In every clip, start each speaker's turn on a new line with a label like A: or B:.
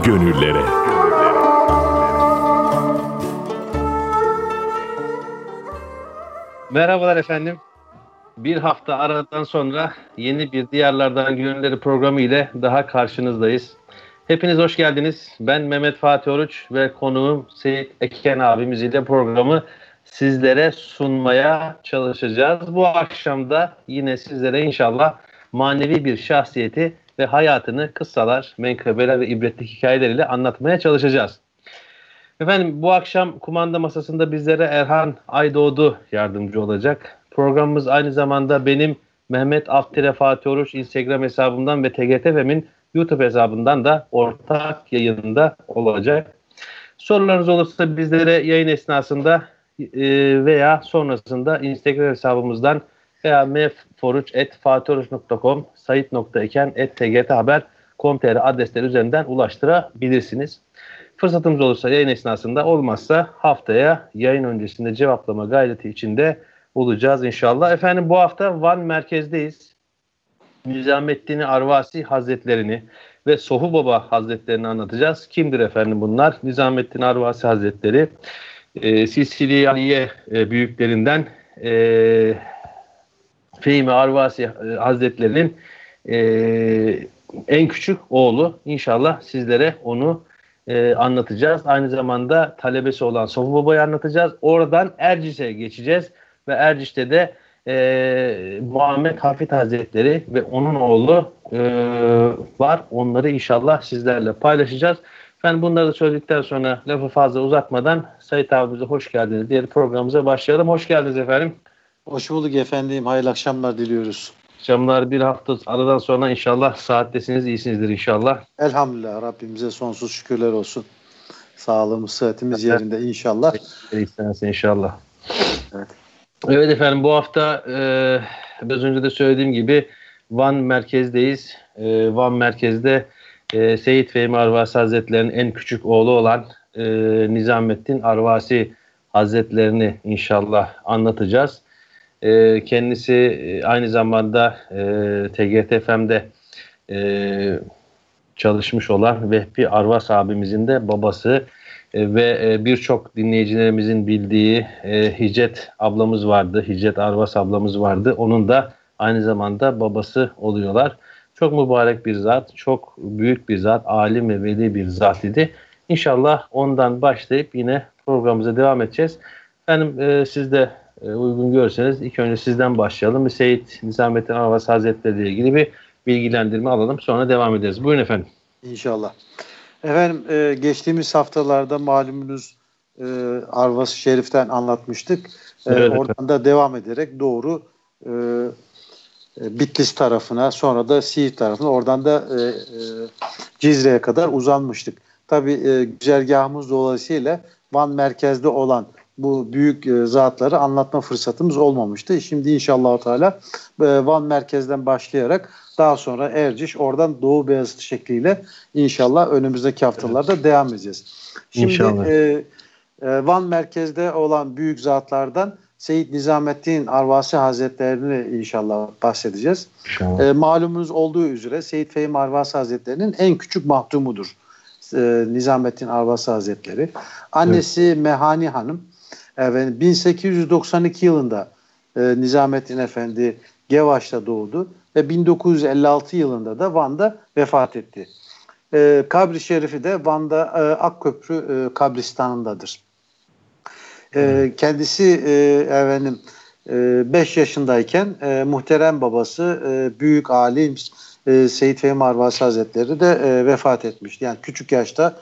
A: gönüllere.
B: Merhabalar efendim. Bir hafta aradan sonra yeni bir Diyarlardan Gönülleri programı ile daha karşınızdayız. Hepiniz hoş geldiniz. Ben Mehmet Fatih Oruç ve konuğum Seyit Eken abimiz ile programı sizlere sunmaya çalışacağız. Bu akşam da yine sizlere inşallah manevi bir şahsiyeti ve hayatını kıssalar, menkıbeler ve ibretlik hikayeleriyle anlatmaya çalışacağız. Efendim bu akşam kumanda masasında bizlere Erhan Aydoğdu yardımcı olacak. Programımız aynı zamanda benim Mehmet Aftire Fatih Oruç Instagram hesabımdan ve TGT.FM'in YouTube hesabından da ortak yayında olacak. Sorularınız olursa bizlere yayın esnasında veya sonrasında Instagram hesabımızdan veya mforuç@fatihoruç.com, sayit.eken@tgthaber.com.tr adresleri üzerinden ulaştırabilirsiniz. Fırsatımız olursa yayın esnasında, olmazsa haftaya yayın öncesinde cevaplama gayreti içinde olacağız inşallah. Efendim bu hafta Van merkezdeyiz. Nizamettin Arvasi Hazretlerini ve Sofu Baba Hazretlerini anlatacağız. Kimdir efendim bunlar? Nizamettin Arvasi Hazretleri Silsile-i büyüklerinden Fehmi Arvasi Hazretlerinin en küçük oğlu. İnşallah sizlere onu anlatacağız. Aynı zamanda talebesi olan Sofu Baba'yı anlatacağız. Oradan Erciş'e geçeceğiz ve Erciş'te de Muhammed Hafid Hazretleri ve onun oğlu var. Onları inşallah sizlerle paylaşacağız. Ben bunları da söyledikten sonra lafı fazla uzatmadan Sayit abimize hoş geldiniz diğer programımıza başlayalım. Hoş geldiniz efendim.
C: Hoş bulduk efendim. Hayırlı akşamlar diliyoruz.
B: Akşamlar, bir hafta aradan sonra inşallah saattesiniz, iyisinizdir inşallah.
C: Elhamdülillah, Rabbimize sonsuz şükürler olsun. Sağlığımız, sıhhatimiz yerinde inşallah.
B: İnşallah.
C: Evet.
B: Evet efendim, bu hafta biraz önce de söylediğim gibi Van merkezdeyiz. Van merkezde Seyit Fehmi Arvasi Hazretleri'nin en küçük oğlu olan Nizamettin Arvasi Hazretlerini inşallah anlatacağız. Kendisi aynı zamanda TGT.FM'de çalışmış olan Vehbi Arvas abimizin de babası ve birçok dinleyicilerimizin bildiği Hicret ablamız vardı. Hicret Arvas ablamız vardı. Onun da aynı zamanda babası oluyorlar. Çok mübarek bir zat, çok büyük bir zat, alim ve veli bir zat idi. İnşallah ondan başlayıp yine programımıza devam edeceğiz. Efendim siz de uygun görürseniz ilk önce sizden başlayalım. Bir Seyit Nizamettin Arvasi Hazretleri ile ilgili bir bilgilendirme alalım. Sonra devam ederiz. Buyurun efendim.
C: İnşallah. Efendim geçtiğimiz haftalarda malumunuz Arvas-ı Şerif'ten anlatmıştık.
B: Evet,
C: oradan da devam ederek doğru Bitlis tarafına, sonra da Siirt tarafına, oradan da Cizre'ye kadar uzanmıştık. Tabii güzergahımız dolayısıyla Van merkezde olan bu büyük zatları anlatma fırsatımız olmamıştı. Şimdi inşallah Teala Van merkezden başlayarak daha sonra Erciş, oradan Doğu Beyazıt şekliyle inşallah önümüzdeki haftalarda devam edeceğiz. Şimdi Van merkezde olan büyük zatlardan Seyyid Nizamettin Arvasi Hazretlerini inşallah bahsedeceğiz. Malumunuz olduğu üzere Seyyid Fehmi Arvasi Hazretleri'nin en küçük mahdumudur Nizamettin Arvasi Hazretleri. Annesi Mehani Hanım 1892 yılında Nizamettin Efendi Gevaş'ta doğdu ve 1956 yılında da Van'da vefat etti. Kabri şerifi de Van'da Akköprü kabristanındadır. Kendisi 5 yaşındayken muhterem babası büyük alim Seyyid Fehmi Arvasi Hazretleri de vefat etmişti. Yani küçük yaşta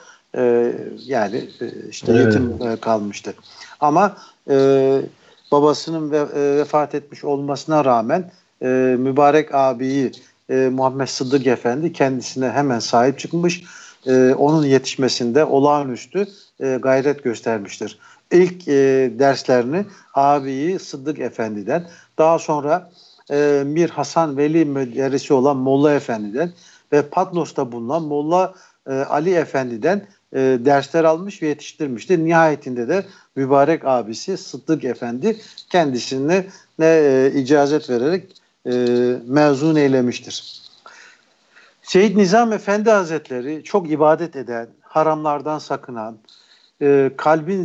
C: yetim kalmıştı. Ama babasının vefat etmiş olmasına rağmen mübarek abiyi Muhammed Sıddık Efendi kendisine hemen sahip çıkmış. Onun yetişmesinde olağanüstü gayret göstermiştir. İlk derslerini abiyi Sıddık Efendi'den, daha sonra Mir Hasan Veli müderrisi olan Molla Efendi'den ve Patnos'ta bulunan Molla Ali Efendi'den dersler almış ve yetiştirmiştir. Nihayetinde de mübarek abisi Sıddık Efendi kendisine icazet vererek mezun eylemiştir. Seyyid Nizam Efendi Hazretleri çok ibadet eden, haramlardan sakınan, kalbin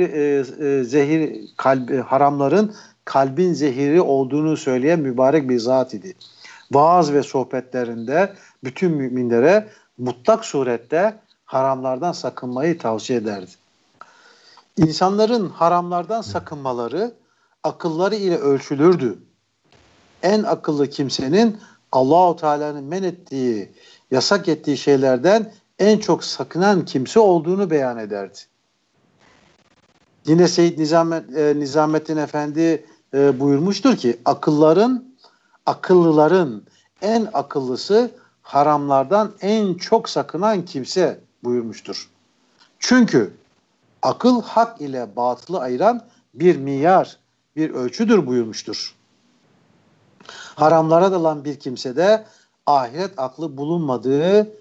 C: haramların kalbin zehiri olduğunu söyleyen mübarek bir zat idi. Vaaz ve sohbetlerinde bütün müminlere mutlak surette haramlardan sakınmayı tavsiye ederdi. İnsanların haramlardan sakınmaları akılları ile ölçülürdü. En akıllı kimsenin Allah-u Teala'nın men ettiği, yasak ettiği şeylerden en çok sakınan kimse olduğunu beyan ederdi. Yine Seyyid Nizamettin Efendi buyurmuştur ki akıllıların en akıllısı haramlardan en çok sakınan kimse buyurmuştur. Çünkü akıl hak ile batılı ayıran bir miyar, bir ölçüdür buyurmuştur. Haramlara dalan bir kimsede ahiret aklı bulunmadığı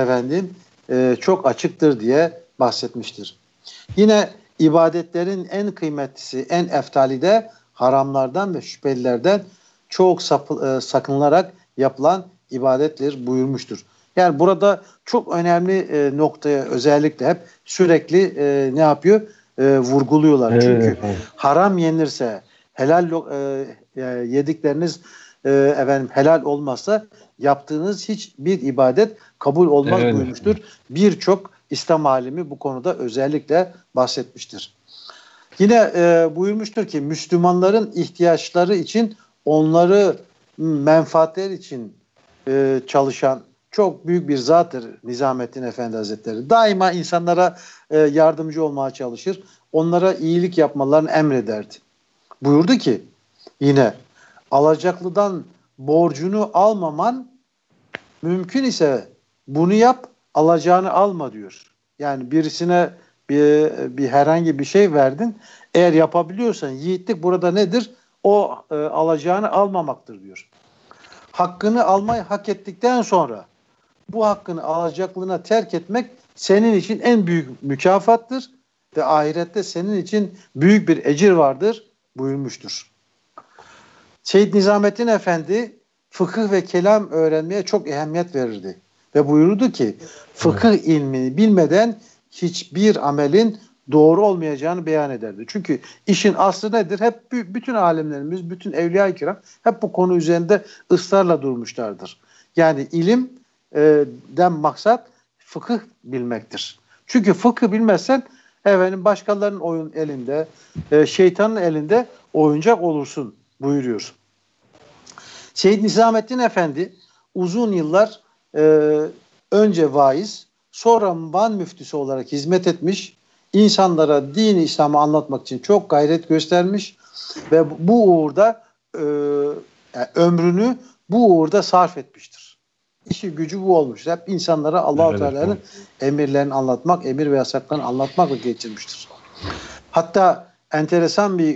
C: çok açıktır diye bahsetmiştir. Yine ibadetlerin en kıymetlisi, en eftali de haramlardan ve şüphelilerden çok sakınılarak yapılan ibadettir buyurmuştur. Yani burada çok önemli noktaya özellikle hep sürekli ne yapıyor? Vurguluyorlar. Evet. Çünkü haram yenirse, helal yedikleriniz helal olmazsa yaptığınız hiçbir ibadet kabul olmaz buyurmuştur. Birçok İslam alimi bu konuda özellikle bahsetmiştir. Yine buyurmuştur ki Müslümanların ihtiyaçları için, onları menfaatler için çalışan çok büyük bir zattır Nizamettin Efendi Hazretleri. Daima insanlara yardımcı olmaya çalışır. Onlara iyilik yapmalarını emrederdi. Buyurdu ki yine alacaklıdan borcunu almaman, mümkün ise bunu yap, alacağını alma diyor. Yani birisine bir herhangi bir şey verdin. Eğer yapabiliyorsan yiğitlik burada nedir? O alacağını almamaktır diyor. Hakkını almayı hak ettikten sonra bu hakkını alacaklığına terk etmek senin için en büyük mükafattır ve ahirette senin için büyük bir ecir vardır buyurmuştur. Seyyid Nizamettin Efendi fıkıh ve kelam öğrenmeye çok ehemmiyet verirdi. Ve buyurdu ki fıkıh ilmini bilmeden hiçbir amelin doğru olmayacağını beyan ederdi. Çünkü işin aslı nedir? Hep bütün alimlerimiz, bütün evliya-i kiram hep bu konu üzerinde ısrarla durmuşlardır. Yani ilimden maksat fıkıh bilmektir. Çünkü fıkıh bilmezsen başkalarının oyun elinde, şeytanın elinde oyuncak olursun buyuruyor. Seyyid Nizamettin Efendi uzun yıllar önce vaiz, sonra Van müftüsü olarak hizmet etmiş, insanlara din-i İslam'ı anlatmak için çok gayret göstermiş ve bu uğurda ömrünü bu uğurda sarf etmiştir. İşi gücü bu olmuş. Hep insanlara Allah-u Teala'nın emirlerini anlatmak, emir ve yasaklarını anlatmakla geçirmiştir. Hatta enteresan bir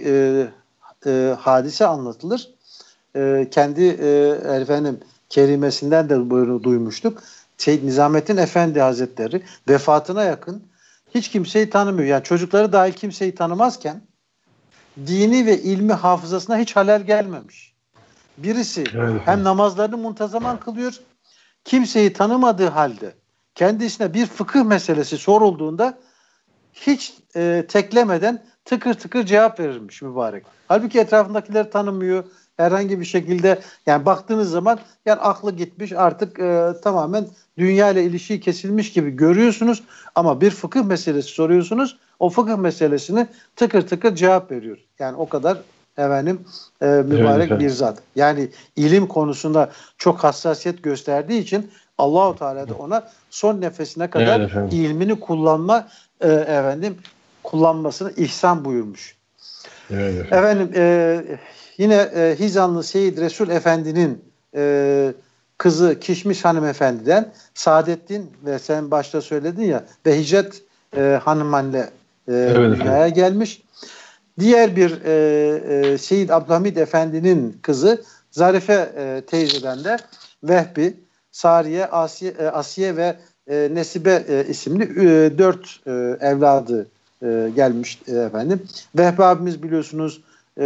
C: hadise anlatılır. Kendi kerimesinden de bunu duymuştuk. Seyyid Nizamettin Efendi Hazretleri vefatına yakın hiç kimseyi tanımıyor. Yani çocukları dahil kimseyi tanımazken dini ve ilmi hafızasına hiç halel gelmemiş. Birisi hem namazlarını muntazaman kılıyor, kimseyi tanımadığı halde kendisine bir fıkıh meselesi sorulduğunda hiç teklemeden tıkır tıkır cevap verirmiş mübarek. Halbuki etrafındakileri tanımıyor. Herhangi bir şekilde yani baktığınız zaman yani aklı gitmiş artık tamamen dünya ile ilişiği kesilmiş gibi görüyorsunuz ama bir fıkıh meselesi soruyorsunuz, o fıkıh meselesini tıkır tıkır cevap veriyor. Yani o kadar mübarek bir zat. Yani ilim konusunda çok hassasiyet gösterdiği için Allah-u Teala da ona son nefesine kadar ilmini kullanmasını ihsan buyurmuş. Yine Hizanlı Seyyid Resul Efendi'nin kızı Kişmiş Hanımefendi'den Saadettin ve sen başta söyledin ya ve Hicret Hanıman'la dünyaya gelmiş. Diğer bir Seyyid Abdülhamid Efendi'nin kızı Zarife teyzeden de Vehbi, Sariye, Asiye ve Nesibe isimli 4 evladı gelmiş efendim. Vehbi abimiz biliyorsunuz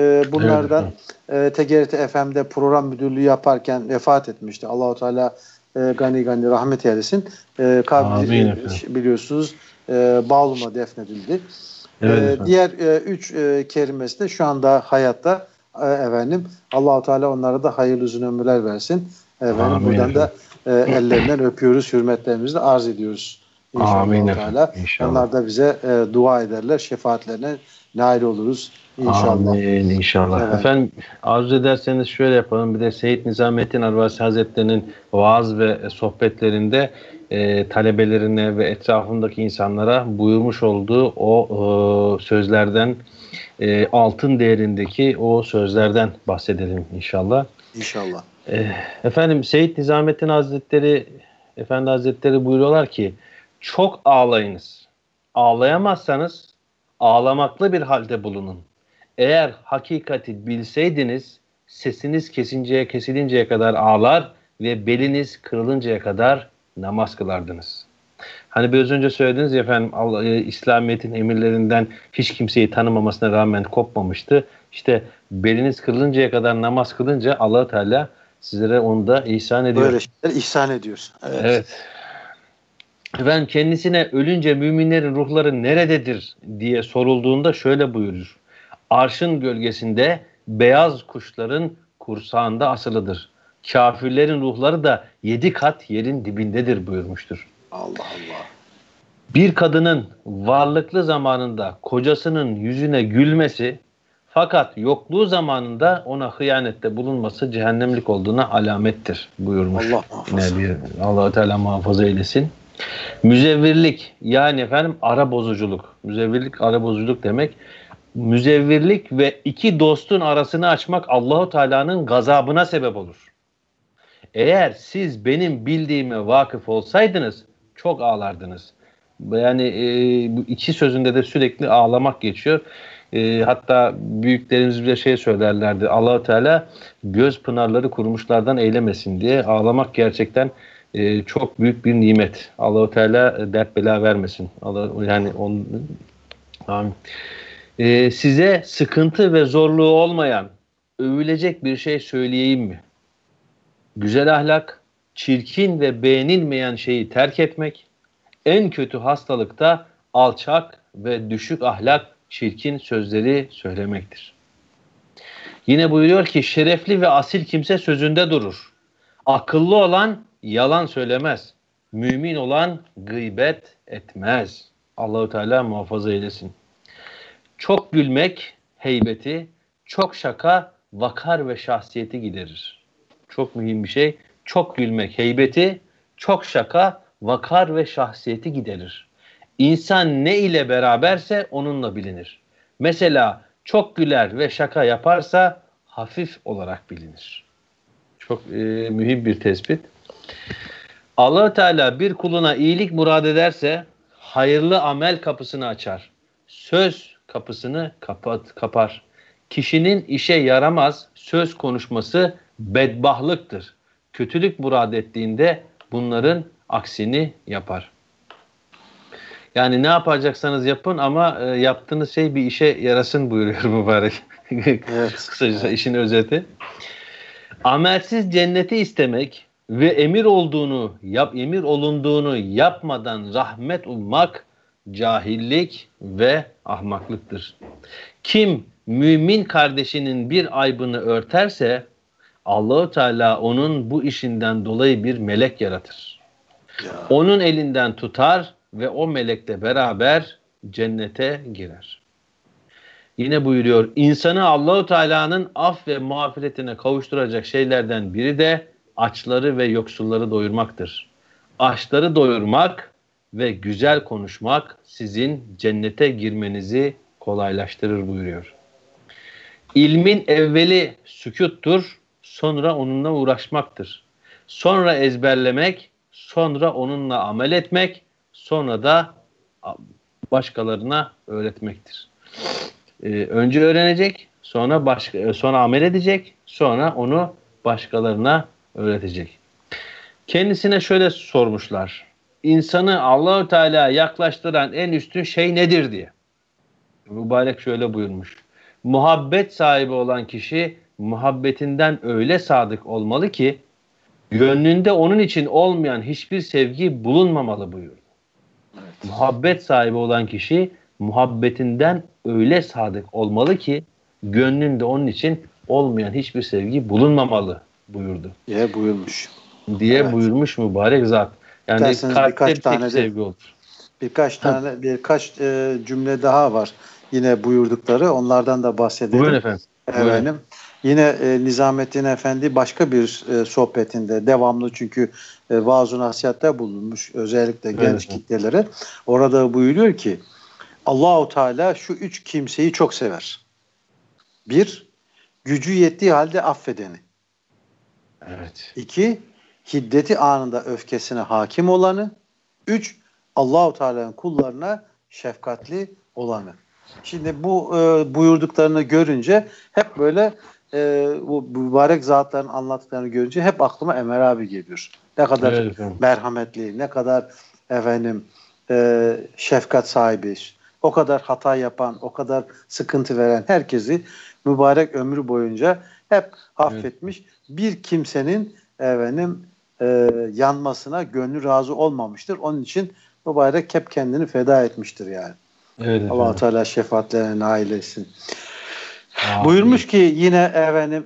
C: bunlardan TGRT FM'de program müdürlüğü yaparken vefat etmişti. Allah-u Teala gani gani rahmet eylesin. Kabri biliyorsunuz Bağlum'a defnedildi.
B: Evet,
C: Diğer 3 kerimesi de şu anda hayatta. Efendim Allah-u Teala onlara da hayırlı uzun ömürler versin. Efendim
B: amin
C: buradan
B: efendim.
C: da ellerinden öpüyoruz, hürmetlerimizi de arz ediyoruz. İnşallah.
B: Amin
C: Teala.
B: efendim. İnşallah.
C: Onlar da bize dua ederler, şefaatlerine nail oluruz inşallah.
B: Amin inşallah.
C: Evet.
B: Efendim arzu ederseniz şöyle yapalım. Bir de Seyyid Nizamettin Arvasi Hazretleri'nin vaaz ve sohbetlerinde talebelerine ve etrafındaki insanlara buyurmuş olduğu o sözlerden, altın değerindeki o sözlerden bahsedelim inşallah.
C: İnşallah.
B: Efendim Seyyid Nizamettin Efendi Hazretleri buyuruyorlar ki çok ağlayınız. Ağlayamazsanız ağlamaklı bir halde bulunun. Eğer hakikati bilseydiniz sesiniz kesilinceye kadar ağlar ve beliniz kırılıncaya kadar namaz kılardınız. Hani biraz önce söylediniz ya efendim İslamiyet'in emirlerinden hiç kimseyi tanımamasına rağmen kopmamıştı. İşte beliniz kırılıncaya kadar namaz kılınca Allah Teala sizlere onu da ihsan ediyor.
C: Böyle şeyler ihsan ediyor.
B: Evet. Efendim kendisine ölünce müminlerin ruhları nerededir diye sorulduğunda şöyle buyurur. Arşın gölgesinde beyaz kuşların kursağında asılıdır. Kafirlerin ruhları da 7 kat yerin dibindedir buyurmuştur.
C: Allah Allah.
B: Bir kadının varlıklı zamanında kocasının yüzüne gülmesi fakat yokluğu zamanında ona hıyanette bulunması cehennemlik olduğuna alamettir buyurmuş.
C: Allah muhafaza.
B: Allah-u Teala muhafaza eylesin. Müzevvirlik yani efendim ara bozuculuk. Müzevvirlik ara bozuculuk demek. Müzevvirlik ve iki dostun arasını açmak Allahu Teala'nın gazabına sebep olur. Eğer siz benim bildiğime vakıf olsaydınız çok ağlardınız. Yani bu iki sözünde de sürekli ağlamak geçiyor. Hatta büyüklerimiz bile şey söylerlerdi. Allah-u Teala göz pınarları kurumuşlardan eylemesin diye. Ağlamak gerçekten çok büyük bir nimet. Allah-u Teala dert bela vermesin. Amin. Size sıkıntı ve zorluğu olmayan övülecek bir şey söyleyeyim mi? Güzel ahlak, çirkin ve beğenilmeyen şeyi terk etmek, en kötü hastalıkta alçak ve düşük ahlak, çirkin sözleri söylemektir. Yine buyuruyor ki şerefli ve asil kimse sözünde durur. Akıllı olan yalan söylemez. Mümin olan gıybet etmez. Allahu Teala muhafaza eylesin. Çok gülmek heybeti, çok şaka vakar ve şahsiyeti giderir. Çok mühim bir şey. Çok gülmek heybeti, çok şaka vakar ve şahsiyeti giderir. İnsan ne ile beraberse onunla bilinir. Mesela çok güler ve şaka yaparsa hafif olarak bilinir. Çok mühim bir tespit. Allah Teala bir kuluna iyilik murad ederse hayırlı amel kapısını açar. Söz kapısını kapar. Kişinin işe yaramaz söz konuşması bedbahtlıktır. Kötülük murad ettiğinde bunların aksini yapar. Yani ne yapacaksanız yapın ama yaptığınız şey bir işe yarasın buyuruyor mübarek. Evet. Kısaca işin özeti. Amelsiz cenneti istemek ve emir olunduğunu yapmadan rahmet ummak cahillik ve ahmaklıktır. Kim mümin kardeşinin bir aybını örterse Allah-u Teala onun bu işinden dolayı bir melek yaratır. Onun elinden tutar ve o melekle beraber cennete girer. Yine buyuruyor, insanı Allah-u Teala'nın af ve mağfiretine kavuşturacak şeylerden biri de açları ve yoksulları doyurmaktır. Açları doyurmak ve güzel konuşmak sizin cennete girmenizi kolaylaştırır buyuruyor. İlmin evveli sükuttur, sonra onunla uğraşmaktır. Sonra ezberlemek, sonra onunla amel etmek, sonra da başkalarına öğretmektir. Önce öğrenecek, sonra amel edecek, sonra onu başkalarına öğretecek. Kendisine şöyle sormuşlar. İnsanı Allah-u Teala'ya yaklaştıran en üstün şey nedir diye. Mübarek şöyle buyurmuş. Muhabbet sahibi olan kişi muhabbetinden öyle sadık olmalı ki Gönlünde onun için olmayan hiçbir sevgi bulunmamalı buyurdu.
C: Evet.
B: Muhabbet sahibi olan kişi muhabbetinden öyle sadık olmalı ki gönlünde onun için olmayan hiçbir sevgi bulunmamalı buyurdu.
C: diye buyurmuş.
B: Diye
C: Evet.
B: buyurmuş mübarek zat. Yani
C: Derseniz
B: kalpte bir tek sevgi olur.
C: birkaç cümle daha var. Yine buyurdukları. Onlardan da
B: Buyurun
C: bahsedelim.
B: efendim. Buyurun.
C: Efendim. Yine Nizamettin Efendi başka bir sohbetinde devamlı çünkü vaaz-ı nasihatte bulunmuş özellikle
B: Evet
C: genç
B: efendim.
C: kitlelere. Orada buyuruyor ki Allahu Teala şu üç kimseyi çok sever. Bir, gücü yettiği halde affedeni.
B: Evet.
C: İki, hiddeti anında öfkesine hakim olanı. Üç, Allahu Teala'nın kullarına şefkatli olanı. Şimdi bu buyurduklarını görünce hep böyle bu mübarek zatların anlattıklarını görünce hep aklıma Ömer abi geliyor. Ne kadar
B: Evet efendim.
C: merhametli, ne kadar efendim şefkat sahibi, o kadar hata yapan, o kadar sıkıntı veren herkesi mübarek ömrü boyunca hep affetmiş. Bir kimsenin efendim yanmasına gönlü razı olmamıştır. Onun için mübarek hep kendini feda etmiştir yani.
B: Evet
C: Allah-u
B: efendim.
C: Teala şefaatlerine nail etsin.
B: Amin.
C: Buyurmuş ki yine efendim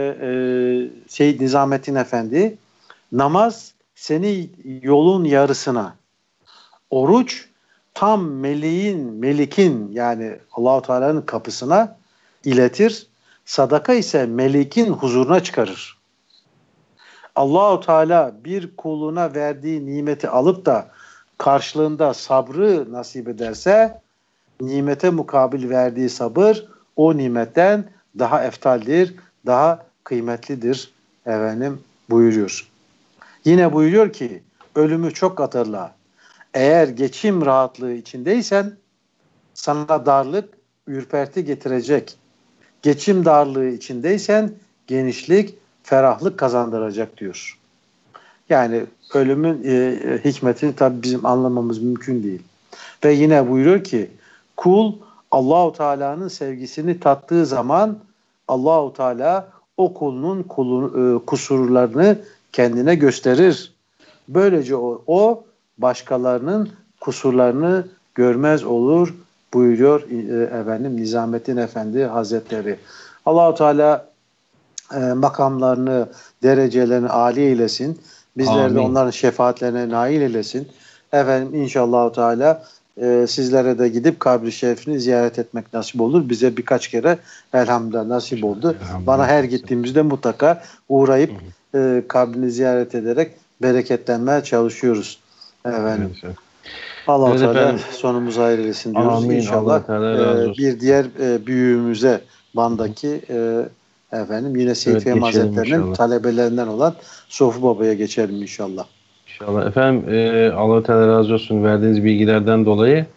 C: Seyyid Nizamettin Efendi, namaz seni yolun yarısına, oruç tam melikin yani Allah-u Teala'nın kapısına iletir. Sadaka ise melikin huzuruna çıkarır. Allah-u Teala bir kuluna verdiği nimeti alıp da karşılığında sabrı nasip ederse nimete mukabil verdiği sabır o nimetten daha eftaldir, daha kıymetlidir efendim buyuruyor. Yine buyuruyor ki ölümü çok hatırla. Eğer geçim rahatlığı içindeysen sana darlık, ürperti getirecek. Geçim darlığı içindeysen genişlik, ferahlık kazandıracak diyor. Yani ölümün hikmetini tabii bizim anlamamız mümkün değil. Ve yine buyuruyor ki kul Allahu Teala'nın sevgisini tattığı zaman Allahu Teala o kulunun kusurlarını kendine gösterir. Böylece o başkalarının kusurlarını görmez olur buyuruyor efendim Nizamettin Efendi Hazretleri. Allahu Teala makamlarını, derecelerini âli eylesin. Bizleri de
B: Amin.
C: onların şefaatlerine nail eylesin. Efendim inşallah Teala sizlere de gidip kabri şerifini ziyaret etmek nasip olur. Bize birkaç kere elhamdülillah nasip oldu.
B: Elhamdülillah.
C: Bana her gittiğimizde mutlaka uğrayıp kabrini ziyaret ederek bereketlenmeye çalışıyoruz. Efendim.
B: Evet.
C: Allah-u
B: Evet
C: Teala
B: efendim.
C: sonumuzu hayır eylesin diyoruz.
B: Amin.
C: İnşallah
B: Allah Teala razı olsun.
C: bir diğer büyüğümüze Van'daki efendim yine Seyyid
B: Evet,
C: Fehmi
B: geçelim
C: Hazretleri'nin
B: inşallah.
C: talebelerinden olan Sofu Baba'ya geçelim inşallah.
B: İnşallah. Efendim Allah Teala razı olsun verdiğiniz bilgilerden dolayı.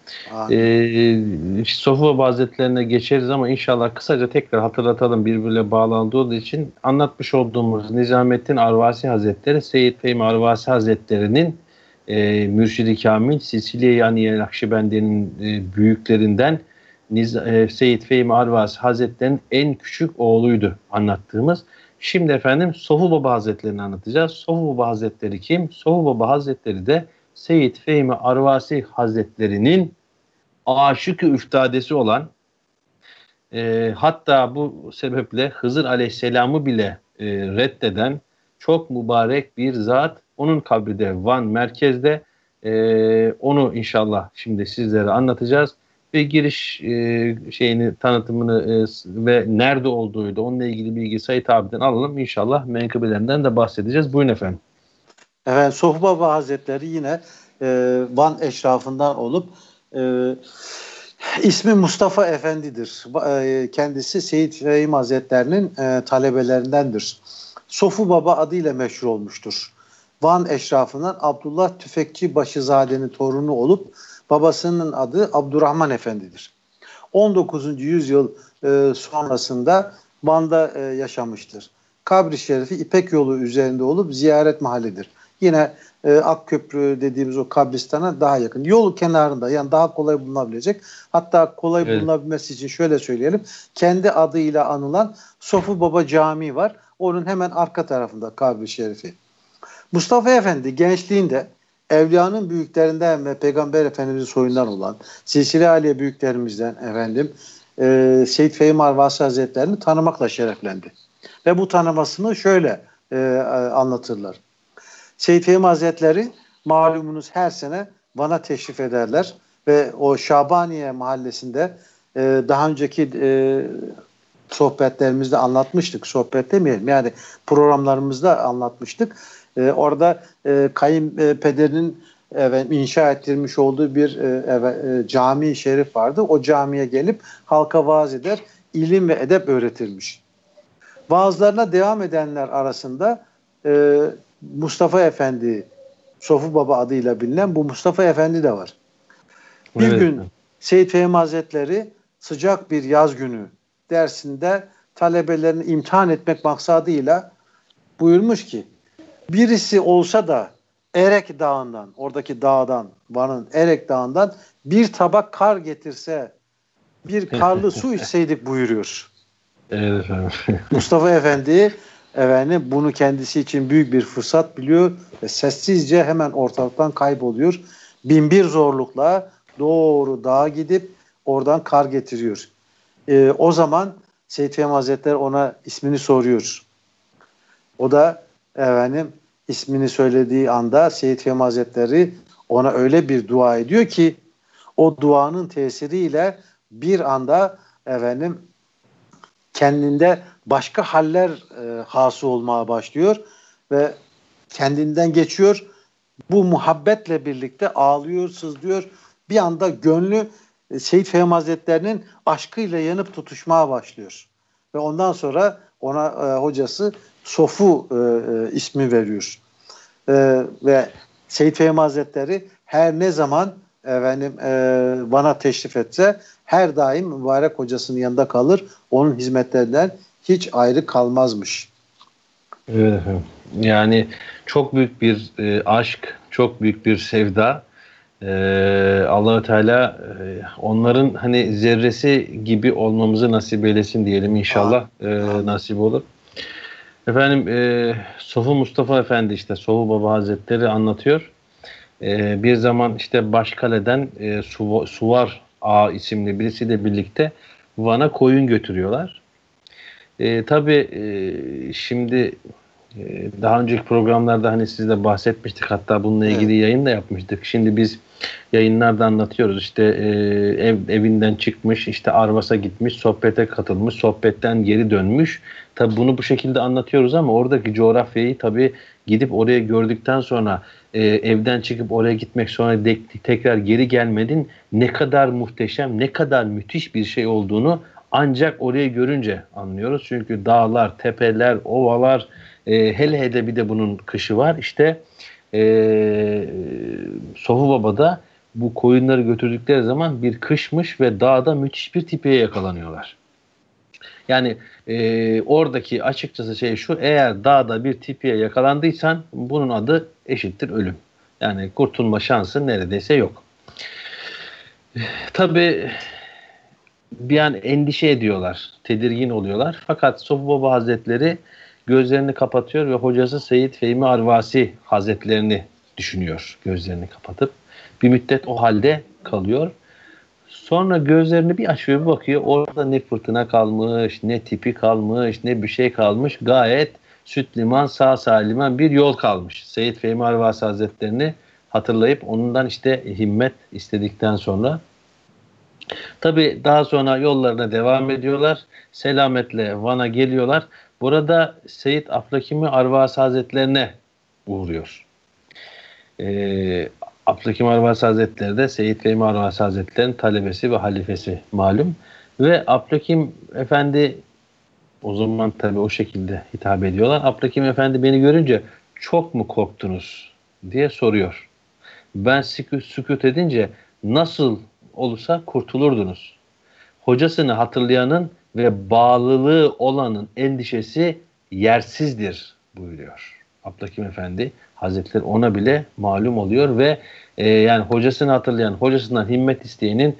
B: Sofu Baba Hazretlerine geçeriz ama inşallah kısaca tekrar hatırlatalım birbirine bağlandığı için anlatmış olduğumuz Nizamettin Arvasi Hazretleri Seyyid Fehmi Arvasi Hazretleri'nin Mürşid-i Kamil Silsile-i Aniye Nakşibendi'nin büyüklerinden Seyyid Fehmi Arvasi Hazretleri'nin en küçük oğluydu anlattığımız. Şimdi efendim Sofu Baba Hazretleri'ni anlatacağız. Sofu Baba Hazretleri kim? Sofu Baba Hazretleri de Seyyid Fehmi Arvasi Hazretleri'nin aşık-ı üftadesi olan hatta bu sebeple Hızır Aleyhisselam'ı bile reddeden çok mübarek bir zat. Onun kabri de Van merkezde. Onu inşallah şimdi sizlere anlatacağız. Ve giriş tanıtımını ve nerede olduğuydu onunla ilgili bilgi Said abiden alalım. İnşallah menkıbelerinden de bahsedeceğiz. Buyurun efendim.
C: Evet, Sofu Baba Hazretleri yine Van eşrafından olup ismi Mustafa Efendi'dir. Kendisi Seyyid Fehim Hazretleri'nin talebelerindendir. Sofu Baba adıyla meşhur olmuştur. Van eşrafından Abdullah Tüfekçi Başızade'nin torunu olup babasının adı Abdurrahman Efendi'dir. 19. yüzyıl sonrasında Van'da yaşamıştır. Kabri Şerifi İpek Yolu üzerinde olup ziyaret mahallidir. Yine Akköprü dediğimiz o kabristana daha yakın. Yol kenarında yani daha kolay bulunabilecek. Hatta kolay bulunabilmesi için şöyle söyleyelim. Kendi adıyla anılan Sofu Baba Camii var. Onun hemen arka tarafında kabri şerifi. Mustafa Efendi gençliğinde Evliyanın büyüklerinden ve Peygamber Efendimiz'in soyundan olan Silsile-i Aliye büyüklerimizden Seyyid Fehmi Arvasi Hazretleri'ni tanımakla şereflendi. Ve bu tanımasını şöyle anlatırlar. Seyyid Fehmi Hazretleri malumunuz her sene Van'a teşrif ederler ve o Şabaniye mahallesinde daha önceki sohbetlerimizde anlatmıştık. Sohbet demeyelim yani programlarımızda anlatmıştık. Orada kayınpederinin inşa ettirmiş olduğu bir cami-i şerif vardı. O camiye gelip halka vaaz eder, ilim ve edep öğretirmiş. Vaazlarına devam edenler arasında Mustafa Efendi, Sofu Baba adıyla bilinen bu Mustafa Efendi de var. Bir gün Seyyid Fehmi Hazretleri sıcak bir yaz günü dersinde talebelerini imtihan etmek maksadıyla buyurmuş ki birisi olsa da Erek Dağı'ndan, oradaki dağdan, Van'ın Erek Dağı'ndan bir tabak kar getirse bir karlı su içseydik buyuruyor.
B: Evet efendim.
C: Mustafa Efendi bunu kendisi için büyük bir fırsat biliyor ve sessizce hemen ortalıktan kayboluyor. Binbir zorlukla doğru dağa gidip oradan kar getiriyor. O zaman Seyyid Fehmi Hazretleri ona ismini soruyor. O da ismini söylediği anda Seyyid Fehmi Hazretleri ona öyle bir dua ediyor ki o duanın tesiriyle bir anda kendinde başka haller hasıl olmaya başlıyor ve kendinden geçiyor. Bu muhabbetle birlikte ağlıyor, sızlıyor. Bir anda gönlü Seyyid Fehmi Hazretleri'nin aşkıyla yanıp tutuşmaya başlıyor. Ve ondan sonra ona hocası Sofu ismi veriyor. Ve Seyyid Fehmi Hazretleri her ne zaman bana teşrif etse her daim mübarek hocasının yanında kalır. Onun hizmetlerinden hiç ayrı kalmazmış.
B: Evet efendim. Yani çok büyük bir aşk, çok büyük bir sevda. Allah-u Teala onların hani zerresi gibi olmamızı nasip eylesin diyelim inşallah. Nasip olur. Efendim Sofu Mustafa Efendi işte Sofu Baba Hazretleri anlatıyor. Bir zaman işte Başkale'den Suvar Ağa isimli birisiyle birlikte Van'a koyun götürüyorlar. Tabii şimdi daha önceki programlarda hani sizle bahsetmiştik, hatta bununla ilgili yayın da yapmıştık. Şimdi biz yayınlarda anlatıyoruz işte evinden çıkmış, işte Arvas'a gitmiş, sohbete katılmış, sohbetten geri dönmüş. Tabii bunu bu şekilde anlatıyoruz ama oradaki coğrafyayı tabii gidip oraya gördükten sonra evden çıkıp oraya gitmek, sonra tekrar geri gelmedin, ne kadar muhteşem, ne kadar müthiş bir şey olduğunu ancak orayı görünce anlıyoruz. Çünkü dağlar, tepeler, ovalar, hele bir de bunun kışı var. İşte Sofu Baba'da bu koyunları götürdükleri zaman bir kışmış ve dağda müthiş bir tipeye yakalanıyorlar. Yani oradaki açıkçası şey şu: eğer dağda bir tipeye yakalandıysan bunun adı eşittir ölüm. Yani kurtulma şansı neredeyse yok. Tabii bir an endişe ediyorlar, tedirgin oluyorlar. Fakat Sofu Baba Hazretleri gözlerini kapatıyor ve hocası Seyyid Fehmi Arvasi Hazretlerini düşünüyor, gözlerini kapatıp. Bir müddet o halde kalıyor. Sonra gözlerini bir açıyor, bir bakıyor. Orada ne fırtına kalmış, ne tipi kalmış, ne bir şey kalmış. Gayet süt liman, sağ salim bir yol kalmış. Seyyid Fehmi Arvasi Hazretlerini hatırlayıp ondan işte himmet istedikten sonra tabii daha sonra yollarına devam ediyorlar. Selametle Van'a geliyorlar. Burada Seyyid Abdülhakim Arvasi Hazretlerine uğruyor. Abdülhakim Arvasi Hazretleri de Seyyid Fehmi Arvasi Hazretleri'nin talebesi ve halifesi malum. Ve Abdülhakim Efendi, o zaman tabii o şekilde hitap ediyorlar. Abdülhakim Efendi beni görünce çok mu korktunuz diye soruyor. Ben sükût edince nasıl olursa kurtulurdunuz. Hocasını hatırlayanın ve bağlılığı olanın endişesi yersizdir buyuruyor. Abdülhakim Efendi Hazretleri ona bile malum oluyor ve yani hocasını hatırlayan, hocasından himmet isteyenin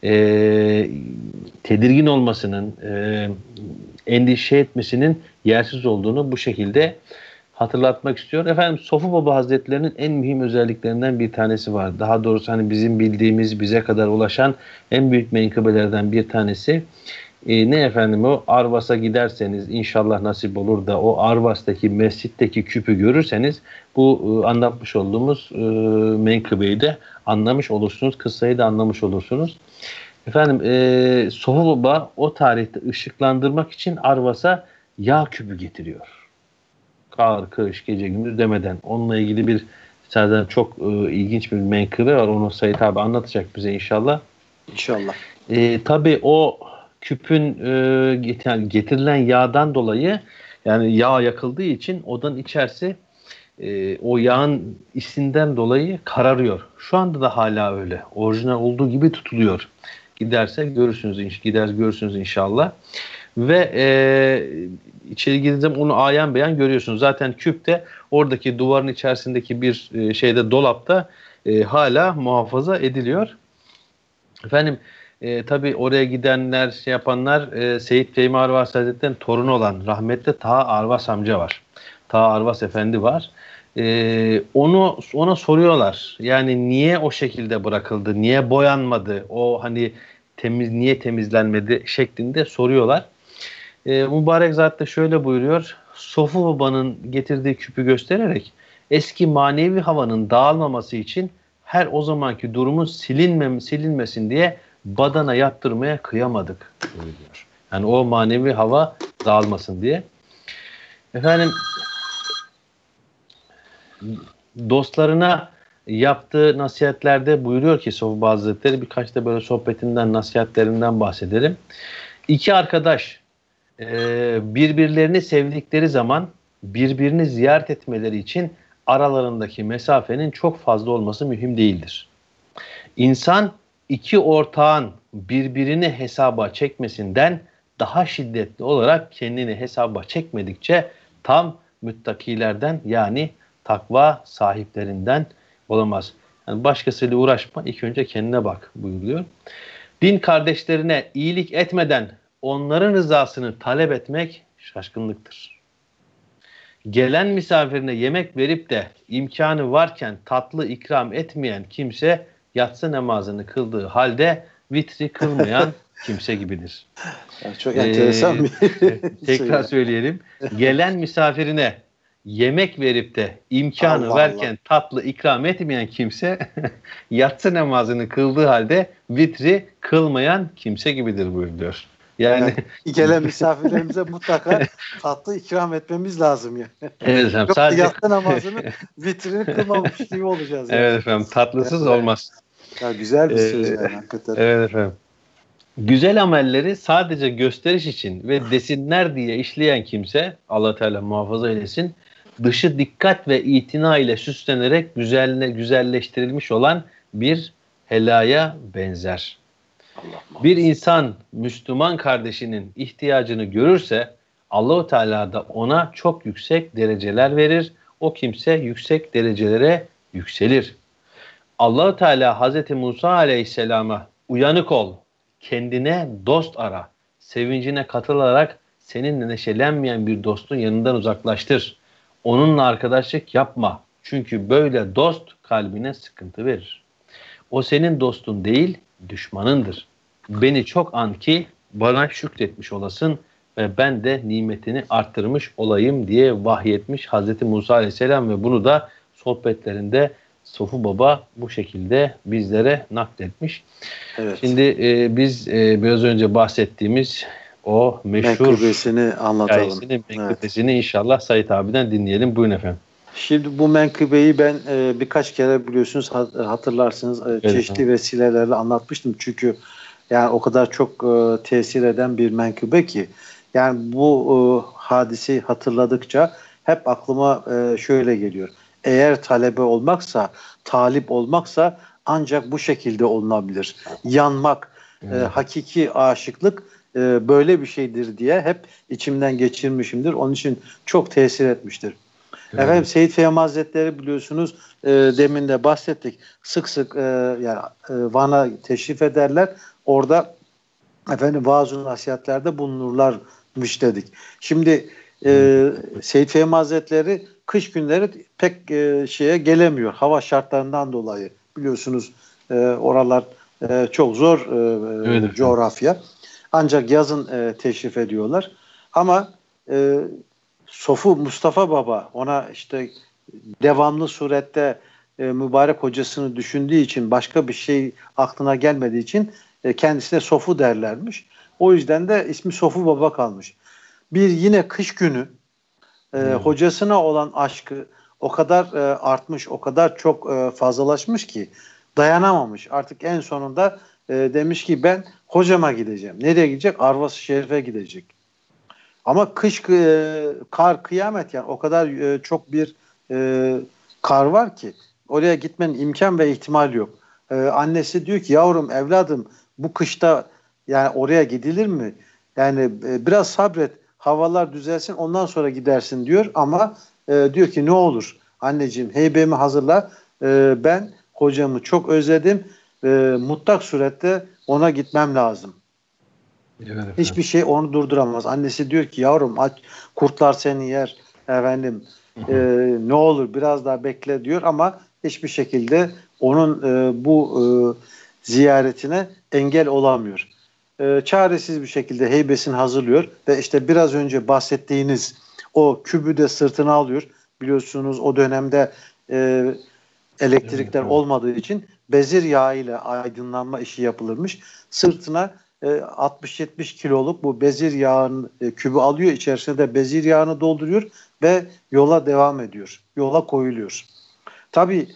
B: tedirgin olmasının, endişe etmesinin yersiz olduğunu bu şekilde hatırlatmak istiyor. Efendim Sofu Baba Hazretlerinin en mühim özelliklerinden bir tanesi var. Daha doğrusu hani bizim bildiğimiz, bize kadar ulaşan en büyük menkıbelerden bir tanesi. Ne efendim o? Arvas'a giderseniz inşallah nasip olur da o Arvas'taki mescitteki küpü görürseniz bu anlatmış olduğumuz menkıbeyi de anlamış olursunuz. Kıssayı da anlamış olursunuz. Efendim Sofu Baba o tarihte ışıklandırmak için Arvas'a yağ küpü getiriyor. Kar, kış, gece gündüz demeden. Onunla ilgili bir zaten çok ilginç bir menkıbe var. Onu Said abi anlatacak bize inşallah.
C: İnşallah.
B: Tabii o küpün getirilen yağdan dolayı yani yağ yakıldığı için odanın içerisi o yağın isinden dolayı kararıyor. Şu anda da hala öyle. Orijinal olduğu gibi tutuluyor. Görürsünüz inşallah. Ve içeri girdiğinizde onu ayan beyan görüyorsunuz. Zaten küp de oradaki duvarın içerisindeki bir şeyde dolapta hala muhafaza ediliyor. Efendim tabii oraya gidenler, yapanlar Seyyid Fehmi Arvas Hazretleri'nin torunu olan rahmetli Taha Arvas amca var. Taha Arvas Efendi var. Ona soruyorlar. Yani niye o şekilde bırakıldı? Niye boyanmadı? O hani niye temizlenmedi şeklinde soruyorlar. Mübarek Zat da şöyle buyuruyor. Sofu Baba'nın getirdiği küpü göstererek eski manevi havanın dağılmaması için her o zamanki durumun silinmesin diye badana yaptırmaya kıyamadık buyuruyor. Yani o manevi hava dağılmasın diye. Efendim dostlarına yaptığı nasihatlerde buyuruyor ki Sofu Baba Hazretleri, birkaç da böyle sohbetinden, nasihatlerinden bahsedelim. İki arkadaş birbirlerini sevdikleri zaman birbirini ziyaret etmeleri için aralarındaki mesafenin çok fazla olması mühim değildir. İnsan iki ortağın birbirini hesaba çekmesinden daha şiddetli olarak kendini hesaba çekmedikçe tam müttakilerden yani takva sahiplerinden olamaz. Yani başkasıyla uğraşma, ilk önce kendine bak buyuruyor. Din kardeşlerine iyilik etmeden onların rızasını talep etmek şaşkınlıktır. Gelen misafirine yemek verip de imkanı varken tatlı ikram etmeyen kimse yatsı namazını kıldığı halde vitri kılmayan kimse gibidir.
C: Yani çok enteresan bir
B: tekrar söyleyelim. Gelen misafirine yemek verip de imkanı varken tatlı ikram etmeyen kimse yatsı namazını kıldığı halde vitri kılmayan kimse gibidir buyuruyor. Yani
C: gelen misafirlerimize mutlaka tatlı ikram etmemiz lazım ya.
B: Evet efendim. Sadece
C: yatsı namazını vitrini kılmamış gibi olacağız.
B: Evet yani. Efendim. Tatlısız olmaz.
C: Ya güzel bir söz yani hakikaten.
B: Evet efendim. Güzel amelleri sadece gösteriş için ve desinler diye işleyen kimse, Allah Teala muhafaza eylesin, dışı dikkat ve itina ile süslenerek güzelleştirilmiş olan bir helaya benzer. Bir insan Müslüman kardeşinin ihtiyacını görürse Allah-u Teala da ona çok yüksek dereceler verir. O kimse yüksek derecelere yükselir. Allah-u Teala Hazreti Musa Aleyhisselam'a uyanık ol, kendine dost ara, sevincine katılarak seninle neşelenmeyen bir dostun yanından uzaklaştır. Onunla arkadaşlık yapma. Çünkü böyle dost kalbine sıkıntı verir. O senin dostun değil, düşmanındır. Beni çok an ki bana şükretmiş olasın ve ben de nimetini arttırmış olayım diye vahyetmiş Hazreti Musa Aleyhisselam ve bunu da sohbetlerinde Sofu Baba bu şekilde bizlere nakletmiş. Evet. Şimdi biz biraz önce bahsettiğimiz o meşhur
C: menkıbesini anlatalım.
B: Menkıbesini inşallah Said abiden dinleyelim. Buyurun efendim.
C: Şimdi bu menkıbeyi ben birkaç kere biliyorsunuz hatırlarsınız çeşitli vesilelerle anlatmıştım. Çünkü yani o kadar çok tesir eden bir menkıbe ki yani bu hadiseyi hatırladıkça hep aklıma şöyle geliyor. Eğer talebe olmaksa, talip olmaksa ancak bu şekilde olunabilir. Yanmak, hakiki aşıklık böyle bir şeydir diye hep içimden geçirmişimdir. Onun için çok tesir etmiştir. Efendim Seyyid Fehmi Hazretleri biliyorsunuz demin de bahsettik. Sık sık yani Van'a teşrif ederler. Orada efendim vaaz-ı nasihatlerde bulunurlarmış dedik. Şimdi Seyyid Fehmi Hazretleri kış günleri pek şeye gelemiyor. Hava şartlarından dolayı. Biliyorsunuz oralar çok zor
B: Evet.
C: coğrafya. Ancak yazın teşrif ediyorlar. Ama Sofu Mustafa Baba ona işte devamlı surette mübarek hocasını düşündüğü için, başka bir şey aklına gelmediği için kendisine Sofu derlermiş. O yüzden de ismi Sofu Baba kalmış. Bir yine kış günü hocasına olan aşkı o kadar artmış, o kadar çok fazlalaşmış ki dayanamamış. Artık en sonunda demiş ki ben hocama gideceğim. Nereye gidecek? Arvas-ı Şerif'e gidecek. Ama kış kar kıyamet, yani o kadar çok bir kar var ki oraya gitmenin imkan ve ihtimal yok. Annesi diyor ki yavrum, evladım, bu kışta yani oraya gidilir mi? Yani biraz sabret, havalar düzelsin, ondan sonra gidersin diyor. Ama diyor ki ne olur anneciğim, heybemi hazırla, ben hocamı çok özledim, mutlak surette ona gitmem lazım.
B: Evet
C: Hiçbir şey onu durduramaz. Annesi diyor ki yavrum, aç, kurtlar seni yer efendim, ne olur biraz daha bekle diyor, ama hiçbir şekilde onun bu ziyaretine engel olamıyor. Çaresiz bir şekilde heybesini hazırlıyor ve işte biraz önce bahsettiğiniz o kübü de sırtına alıyor. Biliyorsunuz o dönemde elektrikler olmadığı için bezir yağı ile aydınlanma işi yapılırmış. Sırtına 60-70 kiloluk bu bezir yağın kübü alıyor, içerisine de bezir yağını dolduruyor ve yola devam ediyor. Yola koyuluyor. Tabii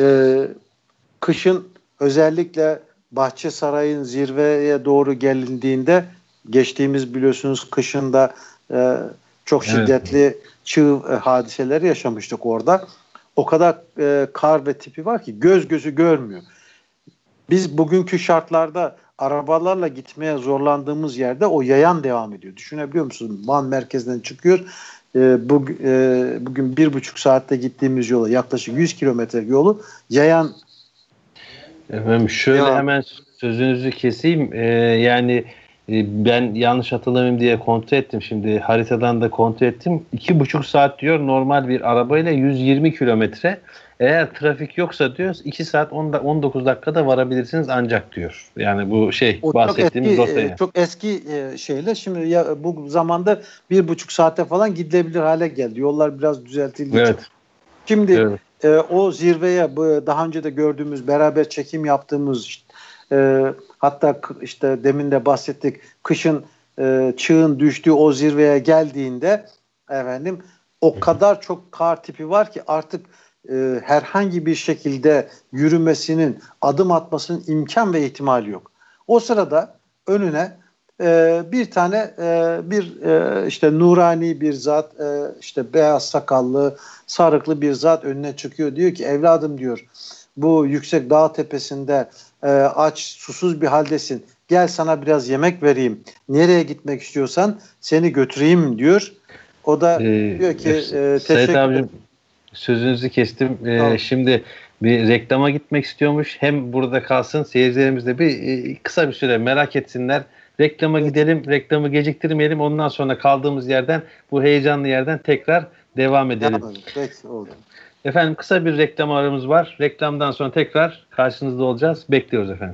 C: kışın özellikle Bahçesaray'ın zirveye doğru gelindiğinde, geçtiğimiz biliyorsunuz kışında çok şiddetli çığ hadiseleri yaşamıştık orada. O kadar kar ve tipi var ki göz gözü görmüyor. Biz bugünkü şartlarda arabalarla gitmeye zorlandığımız yerde o yayan devam ediyor. Düşünebiliyor musunuz? Van merkezden çıkıyor. Bugün 1,5 saatte gittiğimiz yola, yaklaşık 100 kilometre yolu yayan.
B: Efendim şöyle
C: devam.
B: Hemen sözünüzü keseyim. Ben yanlış hatırlamayayım diye kontrol ettim. Şimdi haritadan da kontrol ettim. 2,5 saat diyor normal bir arabayla 120 kilometre. Eğer trafik yoksa diyor 2 saat 19 dakikada varabilirsiniz ancak diyor. Yani bu
C: O
B: bahsettiğimiz rotaya.
C: çok eski şeyle şimdi bu zamanda 1,5 saate falan gidilebilir hale geldi. Yollar biraz düzeltildi.
B: Evet.
C: Şimdi o zirveye, daha önce de gördüğümüz, beraber çekim yaptığımız, hatta işte demin de bahsettik, kışın çığın düştüğü o zirveye geldiğinde efendim o kadar çok kar tipi var ki artık herhangi bir şekilde yürümesinin, adım atmasının imkan ve ihtimali yok. O sırada önüne bir tane işte nurani bir zat, işte beyaz sakallı, sarıklı bir zat önüne çıkıyor. Diyor ki evladım diyor, bu yüksek dağ tepesinde aç, susuz bir haldesin. Gel sana biraz yemek vereyim. Nereye gitmek istiyorsan seni götüreyim diyor. O da diyor ki
B: Sait
C: teşekkür
B: abicim,
C: ederim.
B: sözünüzü kestim.
C: Tamam.
B: Şimdi bir reklama gitmek istiyormuş. Hem burada kalsın, seyircilerimiz de kısa bir süre merak etsinler. Reklama gidelim, reklamı geciktirmeyelim. Ondan sonra kaldığımız yerden, bu heyecanlı yerden tekrar devam edelim.
C: Peki, oldu.
B: Efendim kısa bir reklam aramız var. Reklamdan sonra tekrar karşınızda olacağız. Bekliyoruz efendim.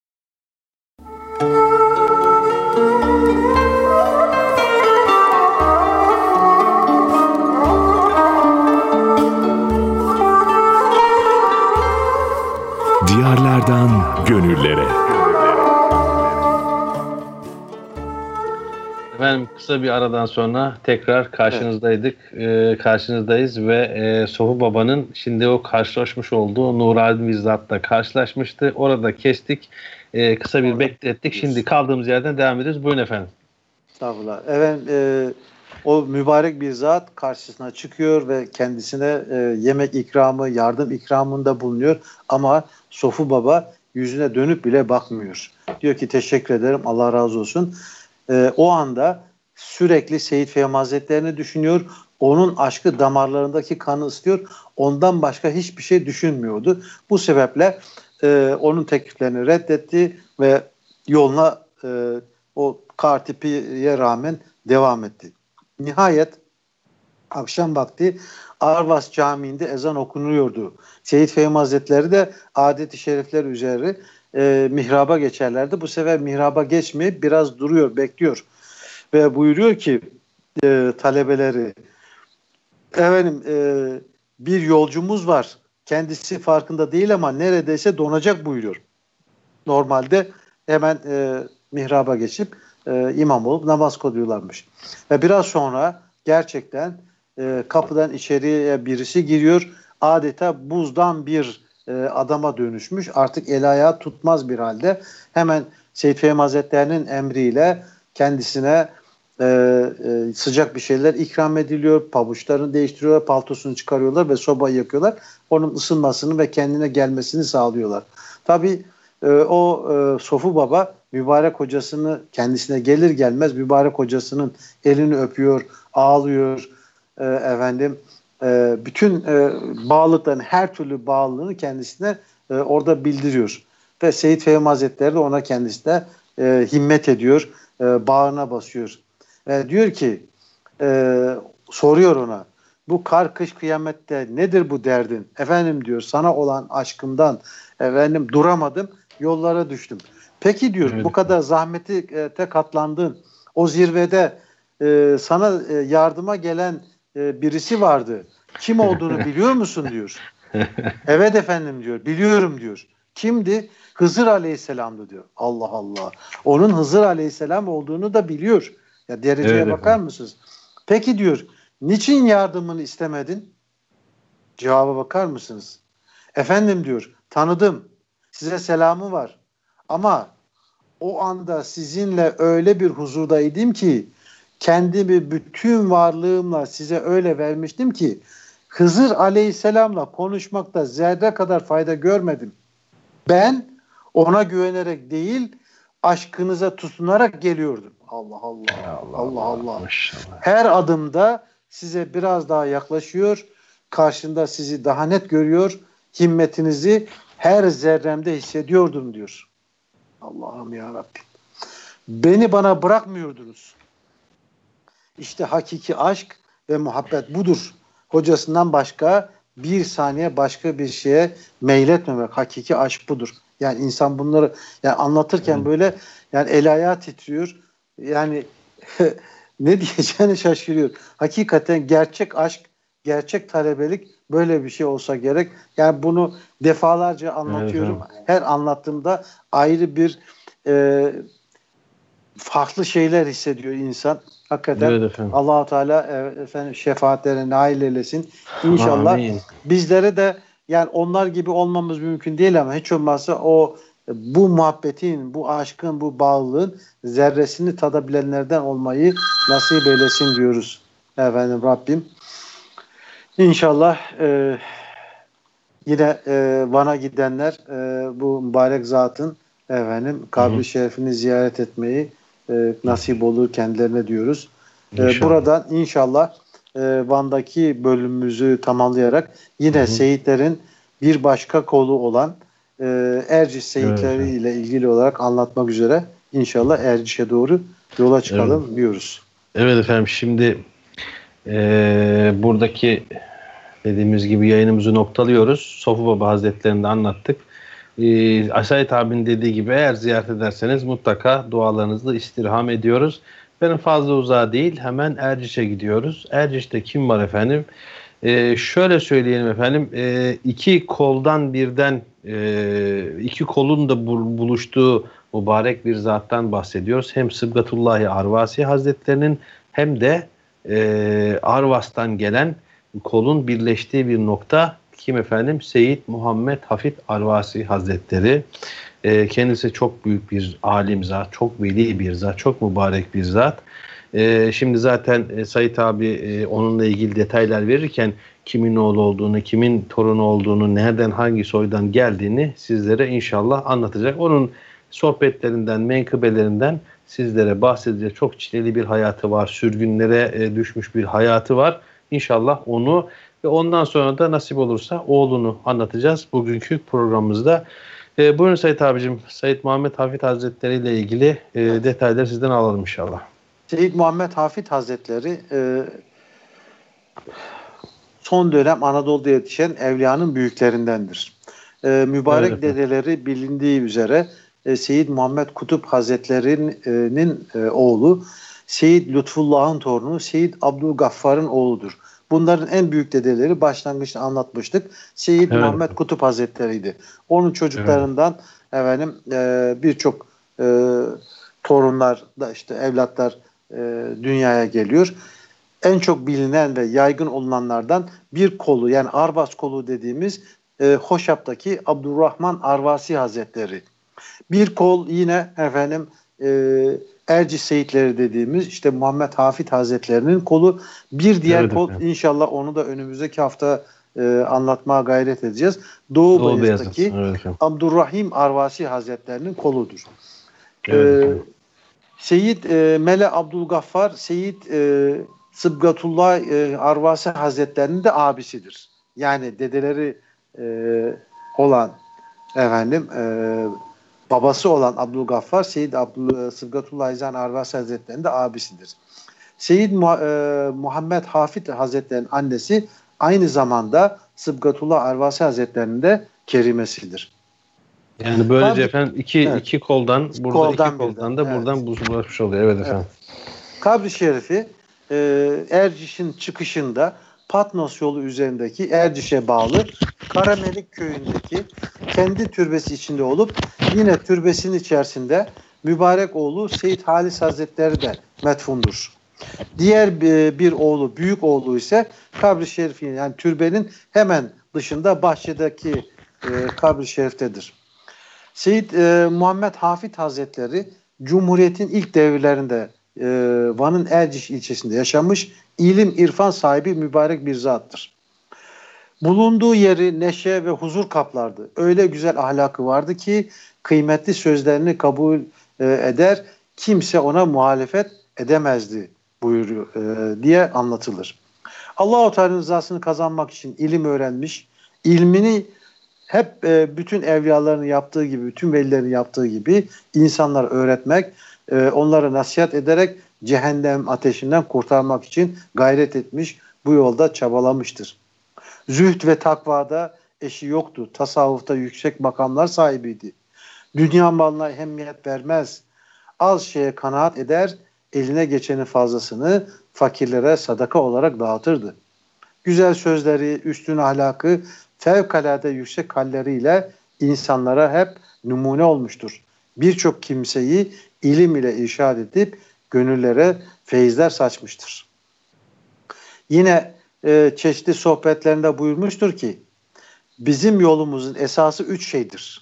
A: Diyarlardan gönüllere.
B: Efendim kısa bir aradan sonra tekrar karşınızdayız ve Sofu Baba'nın şimdi o karşılaşmış olduğu Nurani Bizzat'la karşılaşmıştı. Orada kestik. Kısa bir beklettik. Şimdi kaldığımız yerden devam ediyoruz. Buyurun efendim.
C: Estağfurullah. Evet, o mübarek bir zat karşısına çıkıyor ve kendisine yemek ikramı, yardım ikramında bulunuyor. Ama Sofu Baba yüzüne dönüp bile bakmıyor. Diyor ki teşekkür ederim, Allah razı olsun. O anda sürekli Seyyid Fehmi Hazretleri'ni düşünüyor. Onun aşkı damarlarındaki kanı ısıtıyor. Ondan başka hiçbir şey düşünmüyordu. Bu sebeple onun tekliflerini reddetti ve yoluna o kar tipiye rağmen devam etti. Nihayet akşam vakti Arvas Camii'nde ezan okunuyordu. Seyyid Fehmi Hazretleri de adet-i şerifler üzere mihraba geçerlerdi. Bu sefer mihraba geçmeyip biraz duruyor, bekliyor. Ve buyuruyor ki talebeleri, efendim bir yolcumuz var. Kendisi farkında değil ama neredeyse donacak buyuruyor. Normalde hemen mihraba geçip imam olup namaz kılıyorlarmış. Ve biraz sonra gerçekten kapıdan içeriye birisi giriyor. Adeta buzdan bir adama dönüşmüş. Artık el ayağı tutmaz bir halde. Hemen Seyyid Fehmi Hazretleri'nin emriyle kendisine sıcak bir şeyler ikram ediliyor. Pabuçlarını değiştiriyorlar, paltosunu çıkarıyorlar ve sobayı yakıyorlar. Onun ısınmasını ve kendine gelmesini sağlıyorlar. Tabii Sofu Baba mübarek hocasını kendisine gelir gelmez mübarek hocasının elini öpüyor, ağlıyor, bütün bağlılıkların her türlü bağlılığını kendisine orada bildiriyor. Ve Seyyid Fehmi Hazretleri de ona kendisine himmet ediyor, bağrına basıyor. Diyor ki, soruyor ona, bu kar kış kıyamette nedir bu derdin? Efendim diyor, sana olan aşkımdan duramadım, yollara düştüm. Peki diyor, evet, bu kadar zahmete katlandın, o zirvede sana yardıma gelen birisi vardı. Kim olduğunu biliyor musun diyor. Evet efendim diyor, biliyorum diyor. Kimdi? Hızır Aleyhisselam'dı diyor. Allah Allah. Onun Hızır Aleyhisselam olduğunu da biliyor. Ya dereceye evet, bakar mısınız? Peki diyor, niçin yardımını istemedin? Cevaba bakar mısınız? Efendim diyor, tanıdım. Size selamı var. Ama o anda sizinle öyle bir huzurdaydım ki kendimi bütün varlığımla size öyle vermiştim ki Hızır Aleyhisselam'la konuşmakta zerre kadar fayda görmedim. Ben ona güvenerek değil, aşkınıza tutunarak geliyordum. Allah Allah. Allah Allah. Her adımda size biraz daha yaklaşıyor. Karşında sizi daha net görüyor. Himmetinizi her zerremde hissediyordum diyor. Allah'ım ya Rabbim. Beni bana bırakmıyordunuz. İşte hakiki aşk ve muhabbet budur. Hocasından başka bir saniye başka bir şeye meyletmemek. Hakiki aşk budur. Yani insan bunları anlatırken böyle el ayağı titriyor. Yani ne diyeceğini şaşırıyor. Hakikaten gerçek aşk, gerçek talebelik böyle bir şey olsa gerek. Yani bunu defalarca anlatıyorum. Evet. Her anlattığımda ayrı bir farklı şeyler hissediyor insan. Hakikaten evet, Allah-u Teala şefaatlerine nail eylesin. İnşallah amin. Bizlere de onlar gibi olmamız mümkün değil ama hiç olmazsa bu muhabbetin, bu aşkın, bu bağlılığın zerresini tadabilenlerden olmayı nasip eylesin diyoruz. Rabbim. İnşallah yine Van'a gidenler bu mübarek zatın kabri şerifini ziyaret etmeyi nasip olur kendilerine diyoruz. Buradan inşallah Van'daki bölümümüzü tamamlayarak yine Seyitlerin bir başka kolu olan Erciş Seyitleri ile ilgili olarak anlatmak üzere inşallah Erciş'e doğru yola çıkalım diyoruz.
B: Evet efendim, şimdi buradaki dediğimiz gibi yayınımızı noktalıyoruz. Sofu Baba Hazretleri'ni de anlattık. Aşayet abinin dediği gibi eğer ziyaret ederseniz mutlaka dualarınızla istirham ediyoruz. Benim fazla uzağa değil, hemen Erciş'e gidiyoruz. Erciş'te kim var efendim? Şöyle söyleyelim efendim, iki koldan birden iki kolun da buluştuğu mübarek bir zattan bahsediyoruz. Hem Sıbgatullahi Arvasi Hazretlerinin hem de Arvas'tan gelen kolun birleştiği bir nokta. Kim efendim? Seyyid Muhammed Hafid Arvasi Hazretleri. Kendisi çok büyük bir alim zat, çok veli bir zat, çok mübarek bir zat. Şimdi zaten Sait abi onunla ilgili detaylar verirken kimin oğlu olduğunu, kimin torunu olduğunu, nereden, hangi soydan geldiğini sizlere inşallah anlatacak. Onun sohbetlerinden, menkıbelerinden sizlere bahsedecek. Çok çileli bir hayatı var, sürgünlere düşmüş bir hayatı var. İnşallah onu ve ondan sonra da nasip olursa oğlunu anlatacağız bugünkü programımızda. Buyurun Sait abicim, Seyyid Muhammed Hafid Hazretleri ile ilgili detayları sizden alalım inşallah.
C: Seyyid Muhammed Hafid Hazretleri son dönem Anadolu'da yetişen evliyanın büyüklerindendir. Mübarek
B: Evet.
C: dedeleri bilindiği üzere Seyyid Muhammed Kutup Hazretleri'nin oğlu, Seyyid Lütfullah'ın torunu, Seyyid Abdülgaffar'ın oğludur. Bunların en büyük dedeleri başlangıçta anlatmıştık. Seyyid
B: Evet.
C: Muhammed Kutup Hazretleri'ydi. Onun
B: Evet.
C: çocuklarından birçok torunlar da işte evlatlar dünyaya geliyor. En çok bilinen ve yaygın olunanlardan bir kolu, yani Arvas kolu dediğimiz Hoşap'taki Abdurrahman Arvasi Hazretleri. Bir kol yine Erciş Seyitleri dediğimiz işte Muhammed Hafid Hazretlerinin kolu. Bir diğer
B: Evet
C: kol,
B: efendim.
C: inşallah onu da önümüzdeki hafta anlatmaya gayret edeceğiz. Doğu
B: Doğu Beyazıt.
C: Beyazıt'taki
B: Evet efendim.
C: Abdurrahim Arvasi Hazretlerinin koludur.
B: Evet
C: E,
B: efendim.
C: Seyyid Mele Abdülgaffar, Seyyid Sıbgatullah Arvasi Hazretlerinin de abisidir. Yani dedeleri e, olan babası olan Abdülgaffar, Seyyid Sıbgatullah İzan Arvasi Hazretleri'nin de abisidir. Seyyid Muhammed Hafid Hazretleri'nin annesi aynı zamanda Sıbgatullah Arvasi Hazretleri'nin de kerimesidir.
B: Yani böylece
C: Kabri,
B: efendim
C: evet,
B: iki koldan, burada iki
C: koldan bildim.
B: koldan da
C: Evet.
B: buradan bulaşmış oluyor. Evet
C: Evet.
B: efendim.
C: Kabri Şerifi Erciş'in çıkışında Patnos yolu üzerindeki Erciş'e bağlı Karamelik köyündeki kendi türbesi içinde olup yine türbesinin içerisinde mübarek oğlu Seyyid Halis Hazretleri de metfundur. Diğer bir oğlu, büyük oğlu ise Kabri Şerif'in, yani türbenin hemen dışında bahçedeki Kabri Şerif'tedir. Seyyid Muhammed Hafid Hazretleri Cumhuriyet'in ilk devirlerinde Van'ın Erciş ilçesinde yaşamış, ilim irfan sahibi mübarek bir zattır. Bulunduğu yeri neşe ve huzur kaplardı. Öyle güzel ahlakı vardı ki kıymetli sözlerini kabul eder, kimse ona muhalefet edemezdi buyuruyor diye anlatılır. Allah-u Teala'nın rızasını kazanmak için ilim öğrenmiş, ilmini hep bütün evliyaların yaptığı gibi, bütün velilerin yaptığı gibi insanlara öğretmek, onlara nasihat ederek cehennem ateşinden kurtarmak için gayret etmiş, bu yolda çabalamıştır. Zühd ve takvada eşi yoktu. Tasavvufta yüksek makamlar sahibiydi. Dünya malına ehemmiyet vermez. Az şeye kanaat eder, eline geçenin fazlasını fakirlere sadaka olarak dağıtırdı. Güzel sözleri, üstün ahlakı, fevkalade yüksek halleriyle insanlara hep numune olmuştur. Birçok kimseyi ilim ile irşad edip gönüllere feyizler saçmıştır. Yine çeşitli sohbetlerinde buyurmuştur ki, bizim yolumuzun esası 3 şeydir.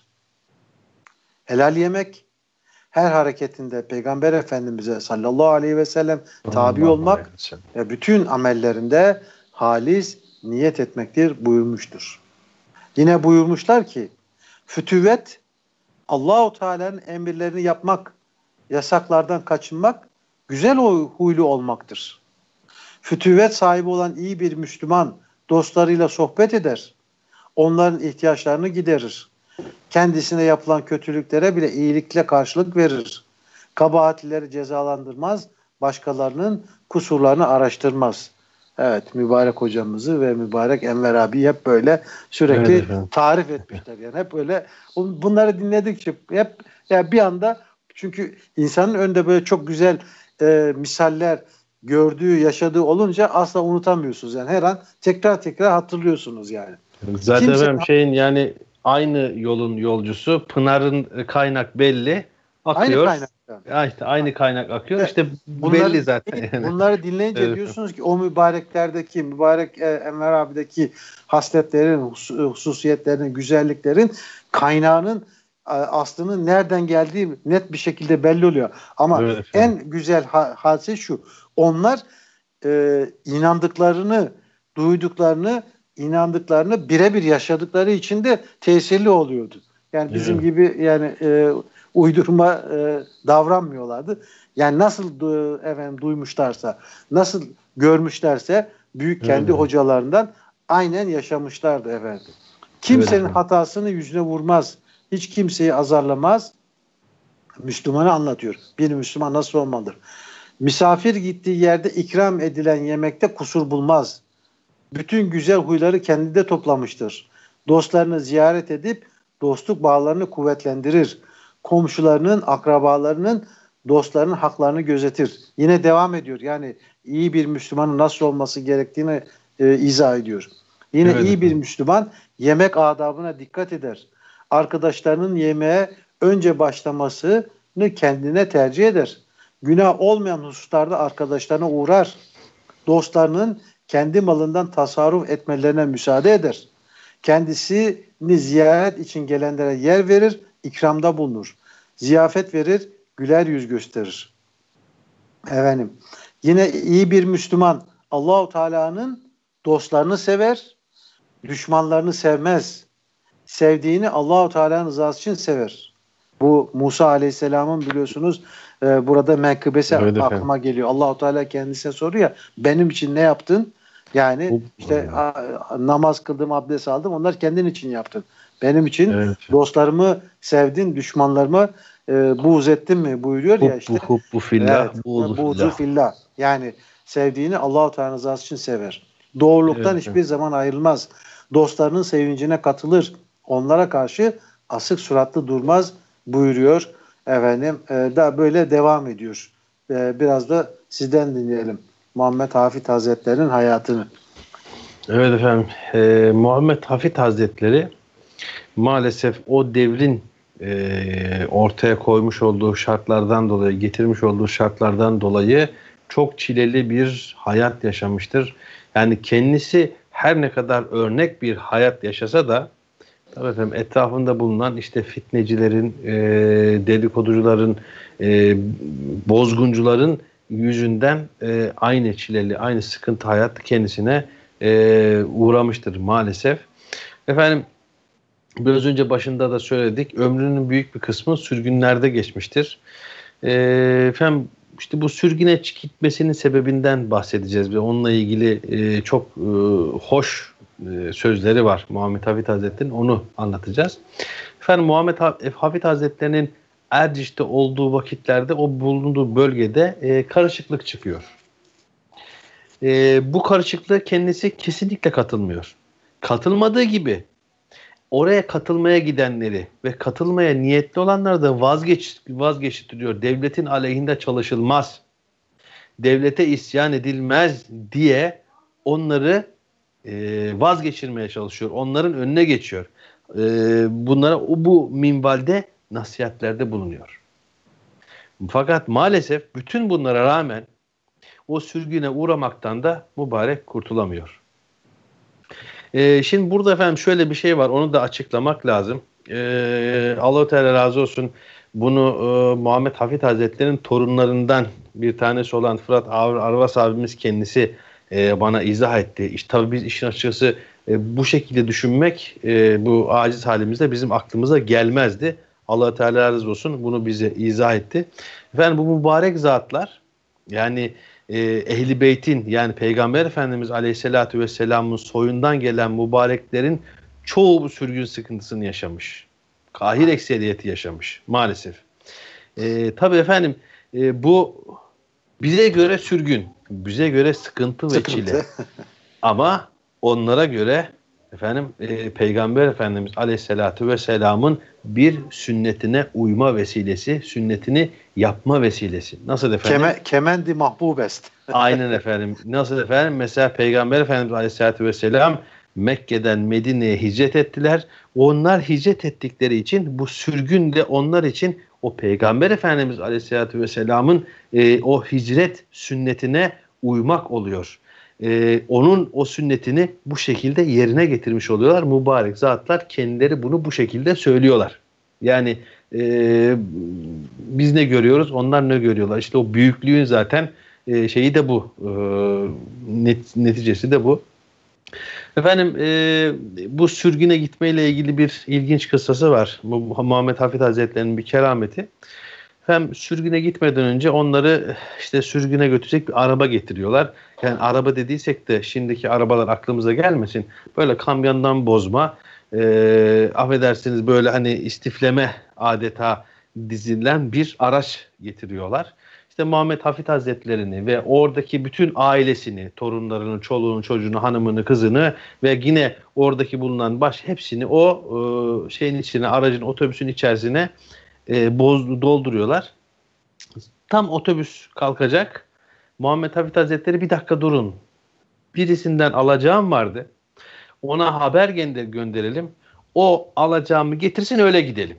C: Helal yemek, her hareketinde Peygamber Efendimiz'e sallallahu aleyhi ve sellem tabi olmak ve bütün amellerinde halis niyet etmektir buyurmuştur. Yine buyurmuşlar ki, fütüvvet Allah-u Teala'nın emirlerini yapmak, yasaklardan kaçınmak, güzel huylu olmaktır. Fütüvvet sahibi olan iyi bir Müslüman dostlarıyla sohbet eder, onların ihtiyaçlarını giderir. Kendisine yapılan kötülüklere bile iyilikle karşılık verir. Kabahatlileri cezalandırmaz, başkalarının kusurlarını araştırmaz. Evet, mübarek hocamızı ve mübarek Enver abi hep böyle sürekli tarif etmişler. Yani hep böyle bunları dinledikçe hep yani bir anda, çünkü insanın önünde böyle çok güzel misaller gördüğü, yaşadığı olunca asla unutamıyorsunuz. Yani her an tekrar hatırlıyorsunuz yani.
B: Zaten efendim yani aynı yolun yolcusu, Pınar'ın kaynak belli akıyor.
C: Aynı kaynak.
B: Ya işte aynı kaynak akıyor. İşte belli zaten yani.
C: Bunları dinleyince
B: Evet.
C: diyorsunuz ki o mübareklerdeki, mübarek Enver abideki hasletlerin, hususiyetlerin, güzelliklerin kaynağının aslının nereden geldiği net bir şekilde belli oluyor. Ama
B: evet,
C: en güzel hadise şu. Onlar inandıklarını, duyduklarını, inandıklarını birebir yaşadıkları için de tesirli oluyordu. Yani bizim gibi yani uydurma davranmıyorlardı. Yani nasıl duymuşlarsa, nasıl görmüşlerse büyük kendi hocalarından aynen yaşamışlardı efendim. Kimsenin hatasını yüzüne vurmaz. Hiç kimseyi azarlamaz. Müslümanı anlatıyor. Bir Müslüman nasıl olmalıdır? Misafir gittiği yerde ikram edilen yemekte kusur bulmaz. Bütün güzel huyları kendinde toplamıştır. Dostlarını ziyaret edip dostluk bağlarını kuvvetlendirir. Komşularının, akrabalarının, dostlarının haklarını gözetir. Yine devam ediyor. Yani iyi bir Müslümanın nasıl olması gerektiğini izah ediyor. Yine
B: Evet,
C: iyi bir Müslüman yemek adabına dikkat eder. Arkadaşlarının yemeğe önce başlamasını kendine tercih eder. Günah olmayan hususlarda arkadaşlarına uğrar. Dostlarının kendi malından tasarruf etmelerine müsaade eder. Kendisini ziyaret için gelenlere yer verir, ikramda bulunur. Ziyafet verir, güler yüz gösterir. Efendim, yine iyi bir Müslüman Allahu Teala'nın dostlarını sever, düşmanlarını sevmez. Sevdiğini Allahu Teala'nın rızası için sever. Bu Musa Aleyhisselam'ın biliyorsunuz burada menkıbesi aklıma geliyor. Allahu Teala kendisine soruyor ya, benim için ne yaptın? Yani işte namaz kıldım, abdest aldım. Onlar kendin için yaptın. Benim için dostlarımı sevdin, düşmanlarımı buğz ettin mi buyuruyor ya işte.
B: Hubbu fillah, buğzu
C: fillah. Yani sevdiğini Allahu Teala rızası için sever. Doğruluktan hiçbir zaman ayrılmaz. Dostlarının sevincine katılır. Onlara karşı asık suratlı durmaz buyuruyor. Efendim da böyle devam ediyor. Biraz da sizden dinleyelim. Muhammed Hafid Hazretleri'nin hayatını.
B: Evet efendim. Muhammed Hafid Hazretleri maalesef o devrin ortaya koymuş olduğu şartlardan dolayı, getirmiş olduğu şartlardan dolayı çok çileli bir hayat yaşamıştır. Yani kendisi her ne kadar örnek bir hayat yaşasa da tabii efendim, etrafında bulunan işte fitnecilerin, dedikoducuların, bozguncuların yüzünden aynı çileli, aynı sıkıntı hayat kendisine uğramıştır maalesef. Efendim, biraz önce başında da söyledik, ömrünün büyük bir kısmı sürgünlerde geçmiştir. Efendim, işte bu sürgüne gitmesinin sebebinden bahsedeceğiz ve onunla ilgili çok hoş sözleri var Muhammed Hafid Hazretleri'nin, onu anlatacağız. Efendim, Muhammed Hafid Hazretleri'nin Erciş'te olduğu vakitlerde o bulunduğu bölgede karışıklık çıkıyor. Bu karışıklığa kendisi kesinlikle katılmıyor. Katılmadığı gibi oraya katılmaya gidenleri ve katılmaya niyetli olanları da vazgeçiriyor. Devletin aleyhinde çalışılmaz, devlete isyan edilmez diye onları vazgeçirmeye çalışıyor. Onların önüne geçiyor. Bunlara bu minvalde nasihatlerde bulunuyor. Fakat maalesef bütün bunlara rağmen o sürgüne uğramaktan da mübarek kurtulamıyor. Şimdi burada efendim şöyle bir şey var. Onu da açıklamak lazım. Allah-u Teala razı olsun. Bunu Muhammed Hafid Hazretleri'nin torunlarından bir tanesi olan Fırat Arvas abimiz kendisi bana izah etti. İşte tabii biz işin açıkçası bu şekilde düşünmek bu aciz halimizde bizim aklımıza gelmezdi. Allah-u Teala razı olsun, bunu bize izah etti. Efendim, bu mübarek zatlar, yani Ehl-i Beyt'in, yani Peygamber Efendimiz Aleyhisselatü Vesselam'ın soyundan gelen mübareklerin çoğu bu sürgün sıkıntısını yaşamış. Kahir ekseriyeti yaşamış maalesef. Tabii efendim, bu bize göre sürgün, bize göre sıkıntı ve çile. Ama onlara göre efendim Peygamber Efendimiz Aleyhisselatü Vesselam'ın bir sünnetine uyma vesilesi, sünnetini yapma vesilesi. Nasıl efendim?
C: Kemendi mahbubest.
B: Aynen efendim. Nasıl efendim? Mesela Peygamber Efendimiz Aleyhisselatü Vesselam Mekke'den Medine'ye hicret ettiler. Onlar hicret ettikleri için bu sürgün de onlar için o Peygamber Efendimiz Aleyhisselatü Vesselam'ın o hicret sünnetine uymak oluyor. Onun o sünnetini bu şekilde yerine getirmiş oluyorlar. Mübarek zatlar kendileri bunu bu şekilde söylüyorlar. Yani biz ne görüyoruz, onlar ne görüyorlar. İşte o büyüklüğün zaten şeyi de bu. Neticesi de bu. Efendim, bu sürgüne gitmeyle ilgili bir ilginç kıssası var. Muhammed Hafid Hazretleri'nin bir kerameti. Hem sürgüne gitmeden önce onları işte sürgüne götürecek bir araba getiriyorlar. Yani araba dediysek de şimdiki arabalar aklımıza gelmesin. Böyle kamyondan bozma, affedersiniz böyle hani istifleme adeta dizilen bir araç getiriyorlar. işte Muhammed Hafid Hazretlerini ve oradaki bütün ailesini, torunlarını, çoluğunu, çocuğunu, hanımını, kızını ve yine oradaki bulunan hepsini o şeyin içine, aracın, otobüsün içerisine dolduruyorlar. Tam otobüs kalkacak. Muhammed Hafid Hazretleri, bir dakika durun. Birisinden alacağım vardı. Ona haber gönderelim. O alacağımı getirsin, öyle gidelim.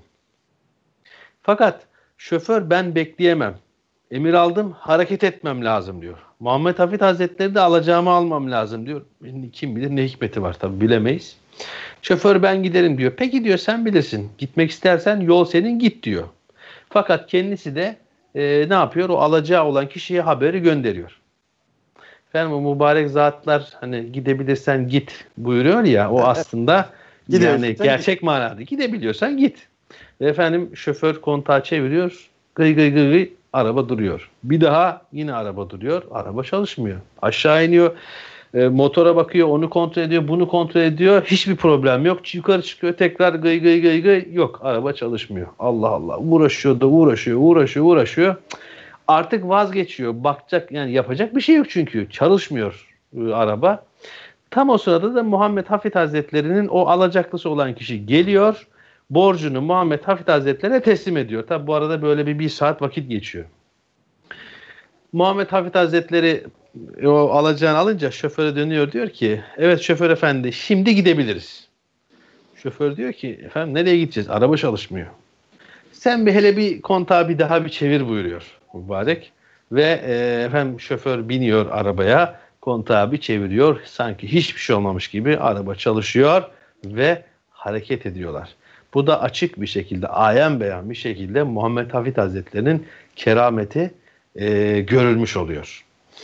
B: Fakat şoför, ben bekleyemem. Emir aldım, hareket etmem lazım diyor. Muhammed Hafid Hazretleri de alacağımı almam lazım diyor. Kim bilir ne hikmeti var, tabi bilemeyiz. Şoför, ben giderim diyor. Peki diyor, sen bilirsin. Gitmek istersen yol senin, git diyor. Fakat kendisi de ne yapıyor? O alacağı olan kişiye haberi gönderiyor. Efendim, o mübarek zatlar hani gidebilirsen git buyuruyor ya, o aslında yani gerçek manada gidebiliyorsan git. Ve efendim şoför kontağı çeviriyor, gıy gıy gıy gıy, araba duruyor. Bir daha yine araba duruyor, araba çalışmıyor. Aşağı iniyor, motora bakıyor, onu kontrol ediyor, bunu kontrol ediyor, hiçbir problem yok. Yukarı çıkıyor, tekrar gıy gıy gıy gıy, yok, araba çalışmıyor. Allah Allah, uğraşıyor da uğraşıyor. Artık vazgeçiyor. Bakacak, yani yapacak bir şey yok çünkü. Çalışmıyor araba. Tam o sırada da Muhammed Hafid Hazretleri'nin o alacaklısı olan kişi geliyor. Borcunu Muhammed Hafid Hazretleri'ne teslim ediyor. Tabi bu arada böyle bir saat vakit geçiyor. Muhammed Hafid Hazretleri o alacağını alınca şoföre dönüyor, diyor ki, evet şoför efendi, şimdi gidebiliriz. Şoför diyor ki, efendim nereye gideceğiz? Araba çalışmıyor. Sen hele bir kontağı bir daha çevir buyuruyor mübarek. Ve efendim şoför biniyor arabaya, kontağı bir çeviriyor. Sanki hiçbir şey olmamış gibi araba çalışıyor ve hareket ediyorlar. Bu da açık bir şekilde, ayan beyan bir şekilde Muhammed Hafid Hazretleri'nin kerameti görülmüş oluyor.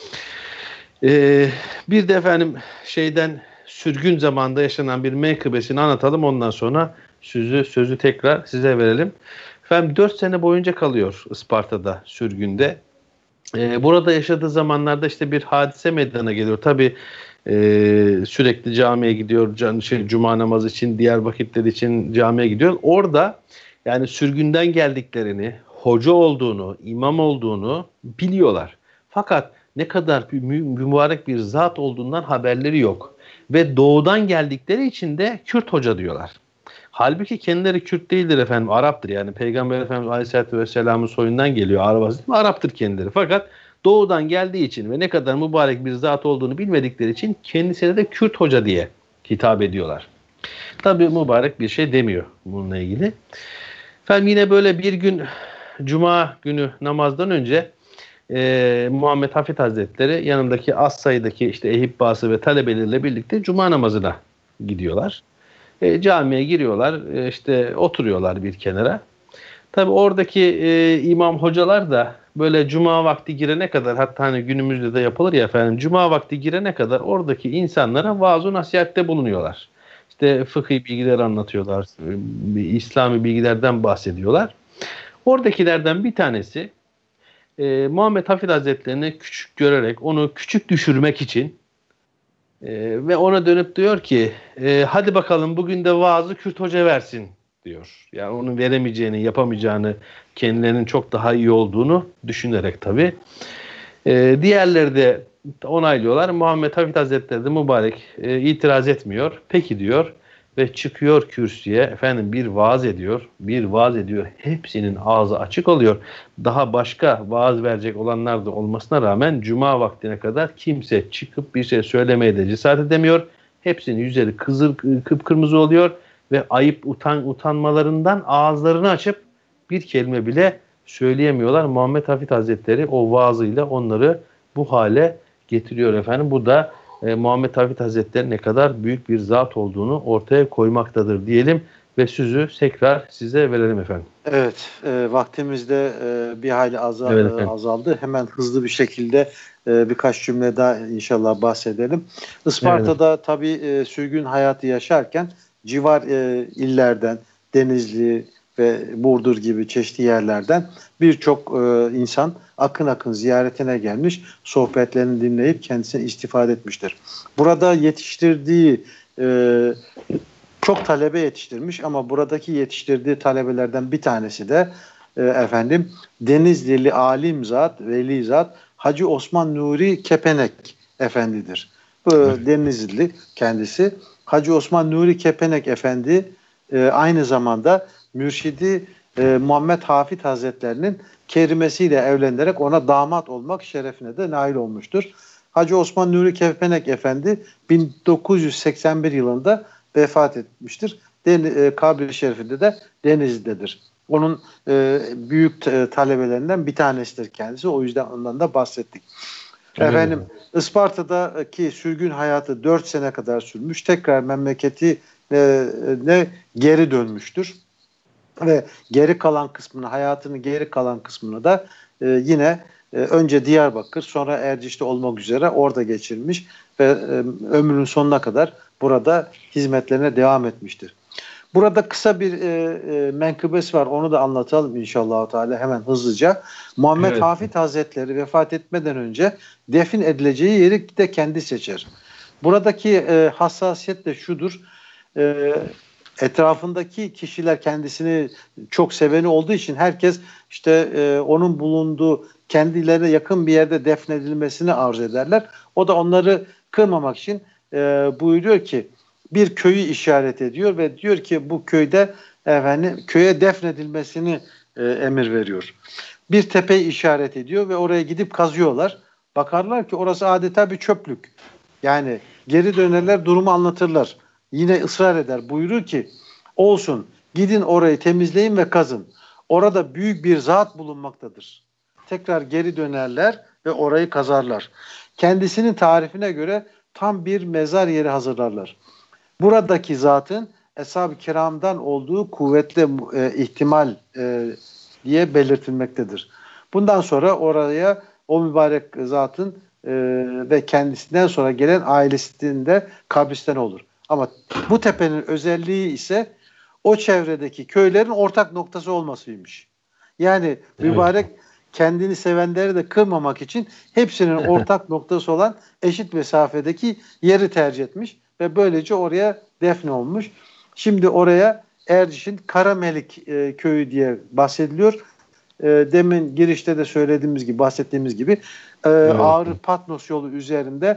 B: Bir de efendim sürgün zamanında yaşanan bir menkıbesini anlatalım. Ondan sonra sözü tekrar size verelim. Efendim 4 sene boyunca kalıyor Isparta'da sürgünde. Burada yaşadığı zamanlarda işte bir hadise meydana geliyor. Tabii sürekli camiye gidiyor. Cuma namazı için, diğer vakitler için camiye gidiyor. Orada yani sürgünden geldiklerini, hoca olduğunu, imam olduğunu biliyorlar. Fakat ne kadar mübarek bir zat olduğundan haberleri yok. Ve doğudan geldikleri için de Kürt hoca diyorlar. Halbuki kendileri Kürt değildir efendim, Arap'tır. Yani Peygamber Efendimiz Aleyhisselatü Vesselam'ın soyundan geliyor, Arap'tır kendileri. Fakat doğudan geldiği için ve ne kadar mübarek bir zat olduğunu bilmedikleri için kendisine de Kürt hoca diye hitap ediyorlar. Tabii mübarek bir şey demiyor bununla ilgili. Efendim yine böyle bir gün Cuma günü namazdan önce Muhammed Hafid Hazretleri yanındaki az sayıdaki işte ehibbası ve talebeleriyle birlikte Cuma namazına gidiyorlar. Camiye giriyorlar, işte oturuyorlar bir kenara. Tabii oradaki imam hocalar da böyle cuma vakti girene kadar, hatta hani günümüzde de yapılır ya efendim, cuma vakti girene kadar oradaki insanlara vaaz-ı nasihatte bulunuyorlar. İşte fıkhi bilgiler anlatıyorlar, İslami bilgilerden bahsediyorlar. Oradakilerden bir tanesi Muhammed Hafid Hazretlerini küçük görerek, onu küçük düşürmek için ve ona dönüp diyor ki, hadi bakalım bugün de vaazı Kürt hoca versin diyor. Yani onun veremeyeceğini, yapamayacağını, kendilerinin çok daha iyi olduğunu düşünerek tabii. Diğerleri de onaylıyorlar. Muhammed Hafid Hazretleri de mübarek itiraz etmiyor. Peki diyor ve çıkıyor kürsüye, efendim bir vaaz ediyor. Hepsinin ağzı açık oluyor. Daha başka vaaz verecek olanlar da olmasına rağmen cuma vaktine kadar kimse çıkıp bir şey söylemeye de cesaret edemiyor. Hepsinin yüzleri kıpkırmızı oluyor ve ayıp utanmalarından ağızlarını açıp bir kelime bile söyleyemiyorlar. Muhammed Hafid Hazretleri o vaazıyla onları bu hale getiriyor efendim. Bu da Muhammed Hafid Hazretleri ne kadar büyük bir zat olduğunu ortaya koymaktadır diyelim ve sözü tekrar size verelim efendim.
C: Evet, vaktimiz de bir hayli azaldı. Hemen hızlı bir şekilde birkaç cümle daha inşallah bahsedelim. Isparta'da tabii sürgün hayatı yaşarken civar illerden, Denizli ve Burdur gibi çeşitli yerlerden birçok insan akın akın ziyaretine gelmiş, sohbetlerini dinleyip kendisine istifade etmiştir. Burada yetiştirdiği çok talebe yetiştirmiş ama buradaki yetiştirdiği talebelerden bir tanesi de Denizlili alim zat, veli zat Hacı Osman Nuri Kepenek Efendidir. Bu Denizlili kendisi. Hacı Osman Nuri Kepenek Efendi aynı zamanda mürşidi Muhammed Hafid Hazretlerinin kerimesiyle evlenerek ona damat olmak şerefine de nail olmuştur. Hacı Osman Nuri Kepenek Efendi 1981 yılında vefat etmiştir. Kabri şerifinde de Denizli'dedir. Onun büyük talebelerinden bir tanesidir kendisi. O yüzden ondan da bahsettik. Isparta'daki sürgün hayatı 4 sene kadar sürmüş. Tekrar memleketine geri dönmüştür. Ve hayatının geri kalan kısmını da yine önce Diyarbakır, sonra Erciş'te olmak üzere orada geçirmiş ve ömrünün sonuna kadar burada hizmetlerine devam etmiştir. Burada kısa bir menkıbesi var. Onu da anlatalım inşallah Teala hemen hızlıca. Muhammed Hafid Hazretleri vefat etmeden önce defin edileceği yeri de kendi seçer. Buradaki hassasiyet de şudur. Etrafındaki kişiler kendisini çok seveni olduğu için herkes onun bulunduğu kendilerine yakın bir yerde defnedilmesini arzu ederler. O da onları kırmamak için buyuruyor ki bir köyü işaret ediyor ve diyor ki bu köyde köye defnedilmesini emir veriyor. Bir tepeyi işaret ediyor ve oraya gidip kazıyorlar. Bakarlar ki orası adeta bir çöplük. Yani geri dönerler, durumu anlatırlar. Yine ısrar eder. Buyurur ki olsun, gidin orayı temizleyin ve kazın. Orada büyük bir zat bulunmaktadır. Tekrar geri dönerler ve orayı kazarlar. Kendisinin tarifine göre tam bir mezar yeri hazırlarlar. Buradaki zatın Eshab-ı Kiram'dan olduğu kuvvetli ihtimal diye belirtilmektedir. Bundan sonra oraya o mübarek zatın ve kendisinden sonra gelen ailesinin de kabristan olur. Ama bu tepenin özelliği ise o çevredeki köylerin ortak noktası olmasıymış. Yani mübarek kendini sevenleri de kırmamak için hepsinin ortak noktası olan eşit mesafedeki yeri tercih etmiş ve böylece oraya defne olmuş. Şimdi oraya Erciş'in Karamelik köyü diye bahsediliyor. Demin girişte de bahsettiğimiz gibi Ağrı Patnos yolu üzerinde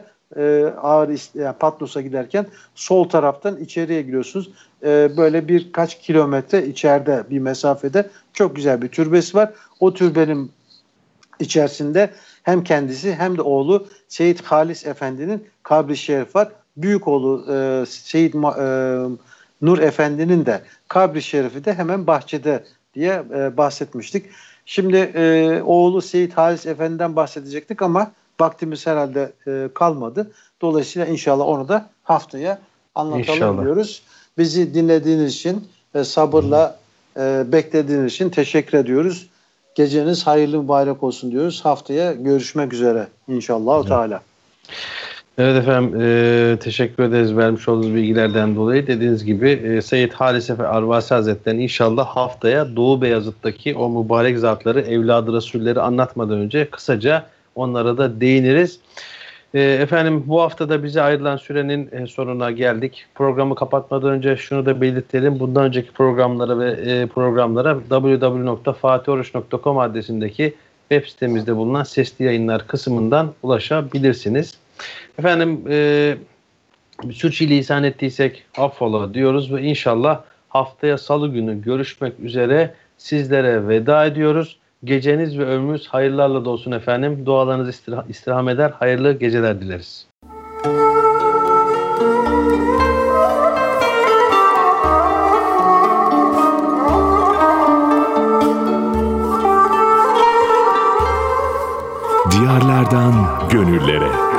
C: Patnos'a giderken sol taraftan içeriye giriyorsunuz. Böyle birkaç kilometre içeride bir mesafede çok güzel bir türbesi var. O türbenin içerisinde hem kendisi hem de oğlu Seyyid Halis Efendi'nin kabri şerif var. Büyük oğlu Seyyid Nur Efendi'nin de kabri şerifi de hemen bahçede diye bahsetmiştik. Şimdi oğlu Seyyid Halis Efendi'den bahsedecektik ama vaktimiz herhalde kalmadı. Dolayısıyla inşallah onu da haftaya anlatalım diyoruz. Bizi dinlediğiniz için sabırla beklediğiniz için teşekkür ediyoruz. Geceniz hayırlı mübarek olsun diyoruz. Haftaya görüşmek üzere inşallah Teala.
B: Evet efendim, teşekkür ederiz vermiş olduğunuz bilgilerden dolayı. Dediğiniz gibi Seyyid Halis Arvasi Hazretleri'nin inşallah haftaya Doğu Beyazıt'taki o mübarek zatları, evladı Resulleri anlatmadan önce kısaca onlara da değiniriz. Efendim bu haftada bize ayrılan sürenin sonuna geldik. Programı kapatmadan önce şunu da belirtelim. Bundan önceki programlara www.fatihoruç.com adresindeki web sitemizde bulunan sesli yayınlar kısmından ulaşabilirsiniz. Efendim sürçülisan ettiysek affola diyoruz ve inşallah haftaya salı günü görüşmek üzere sizlere veda ediyoruz. Geceniz ve ömrünüz hayırlarla dolsun efendim. Dualarınız istirham eder. Hayırlı geceler dileriz.
A: Diyarlardan gönüllere.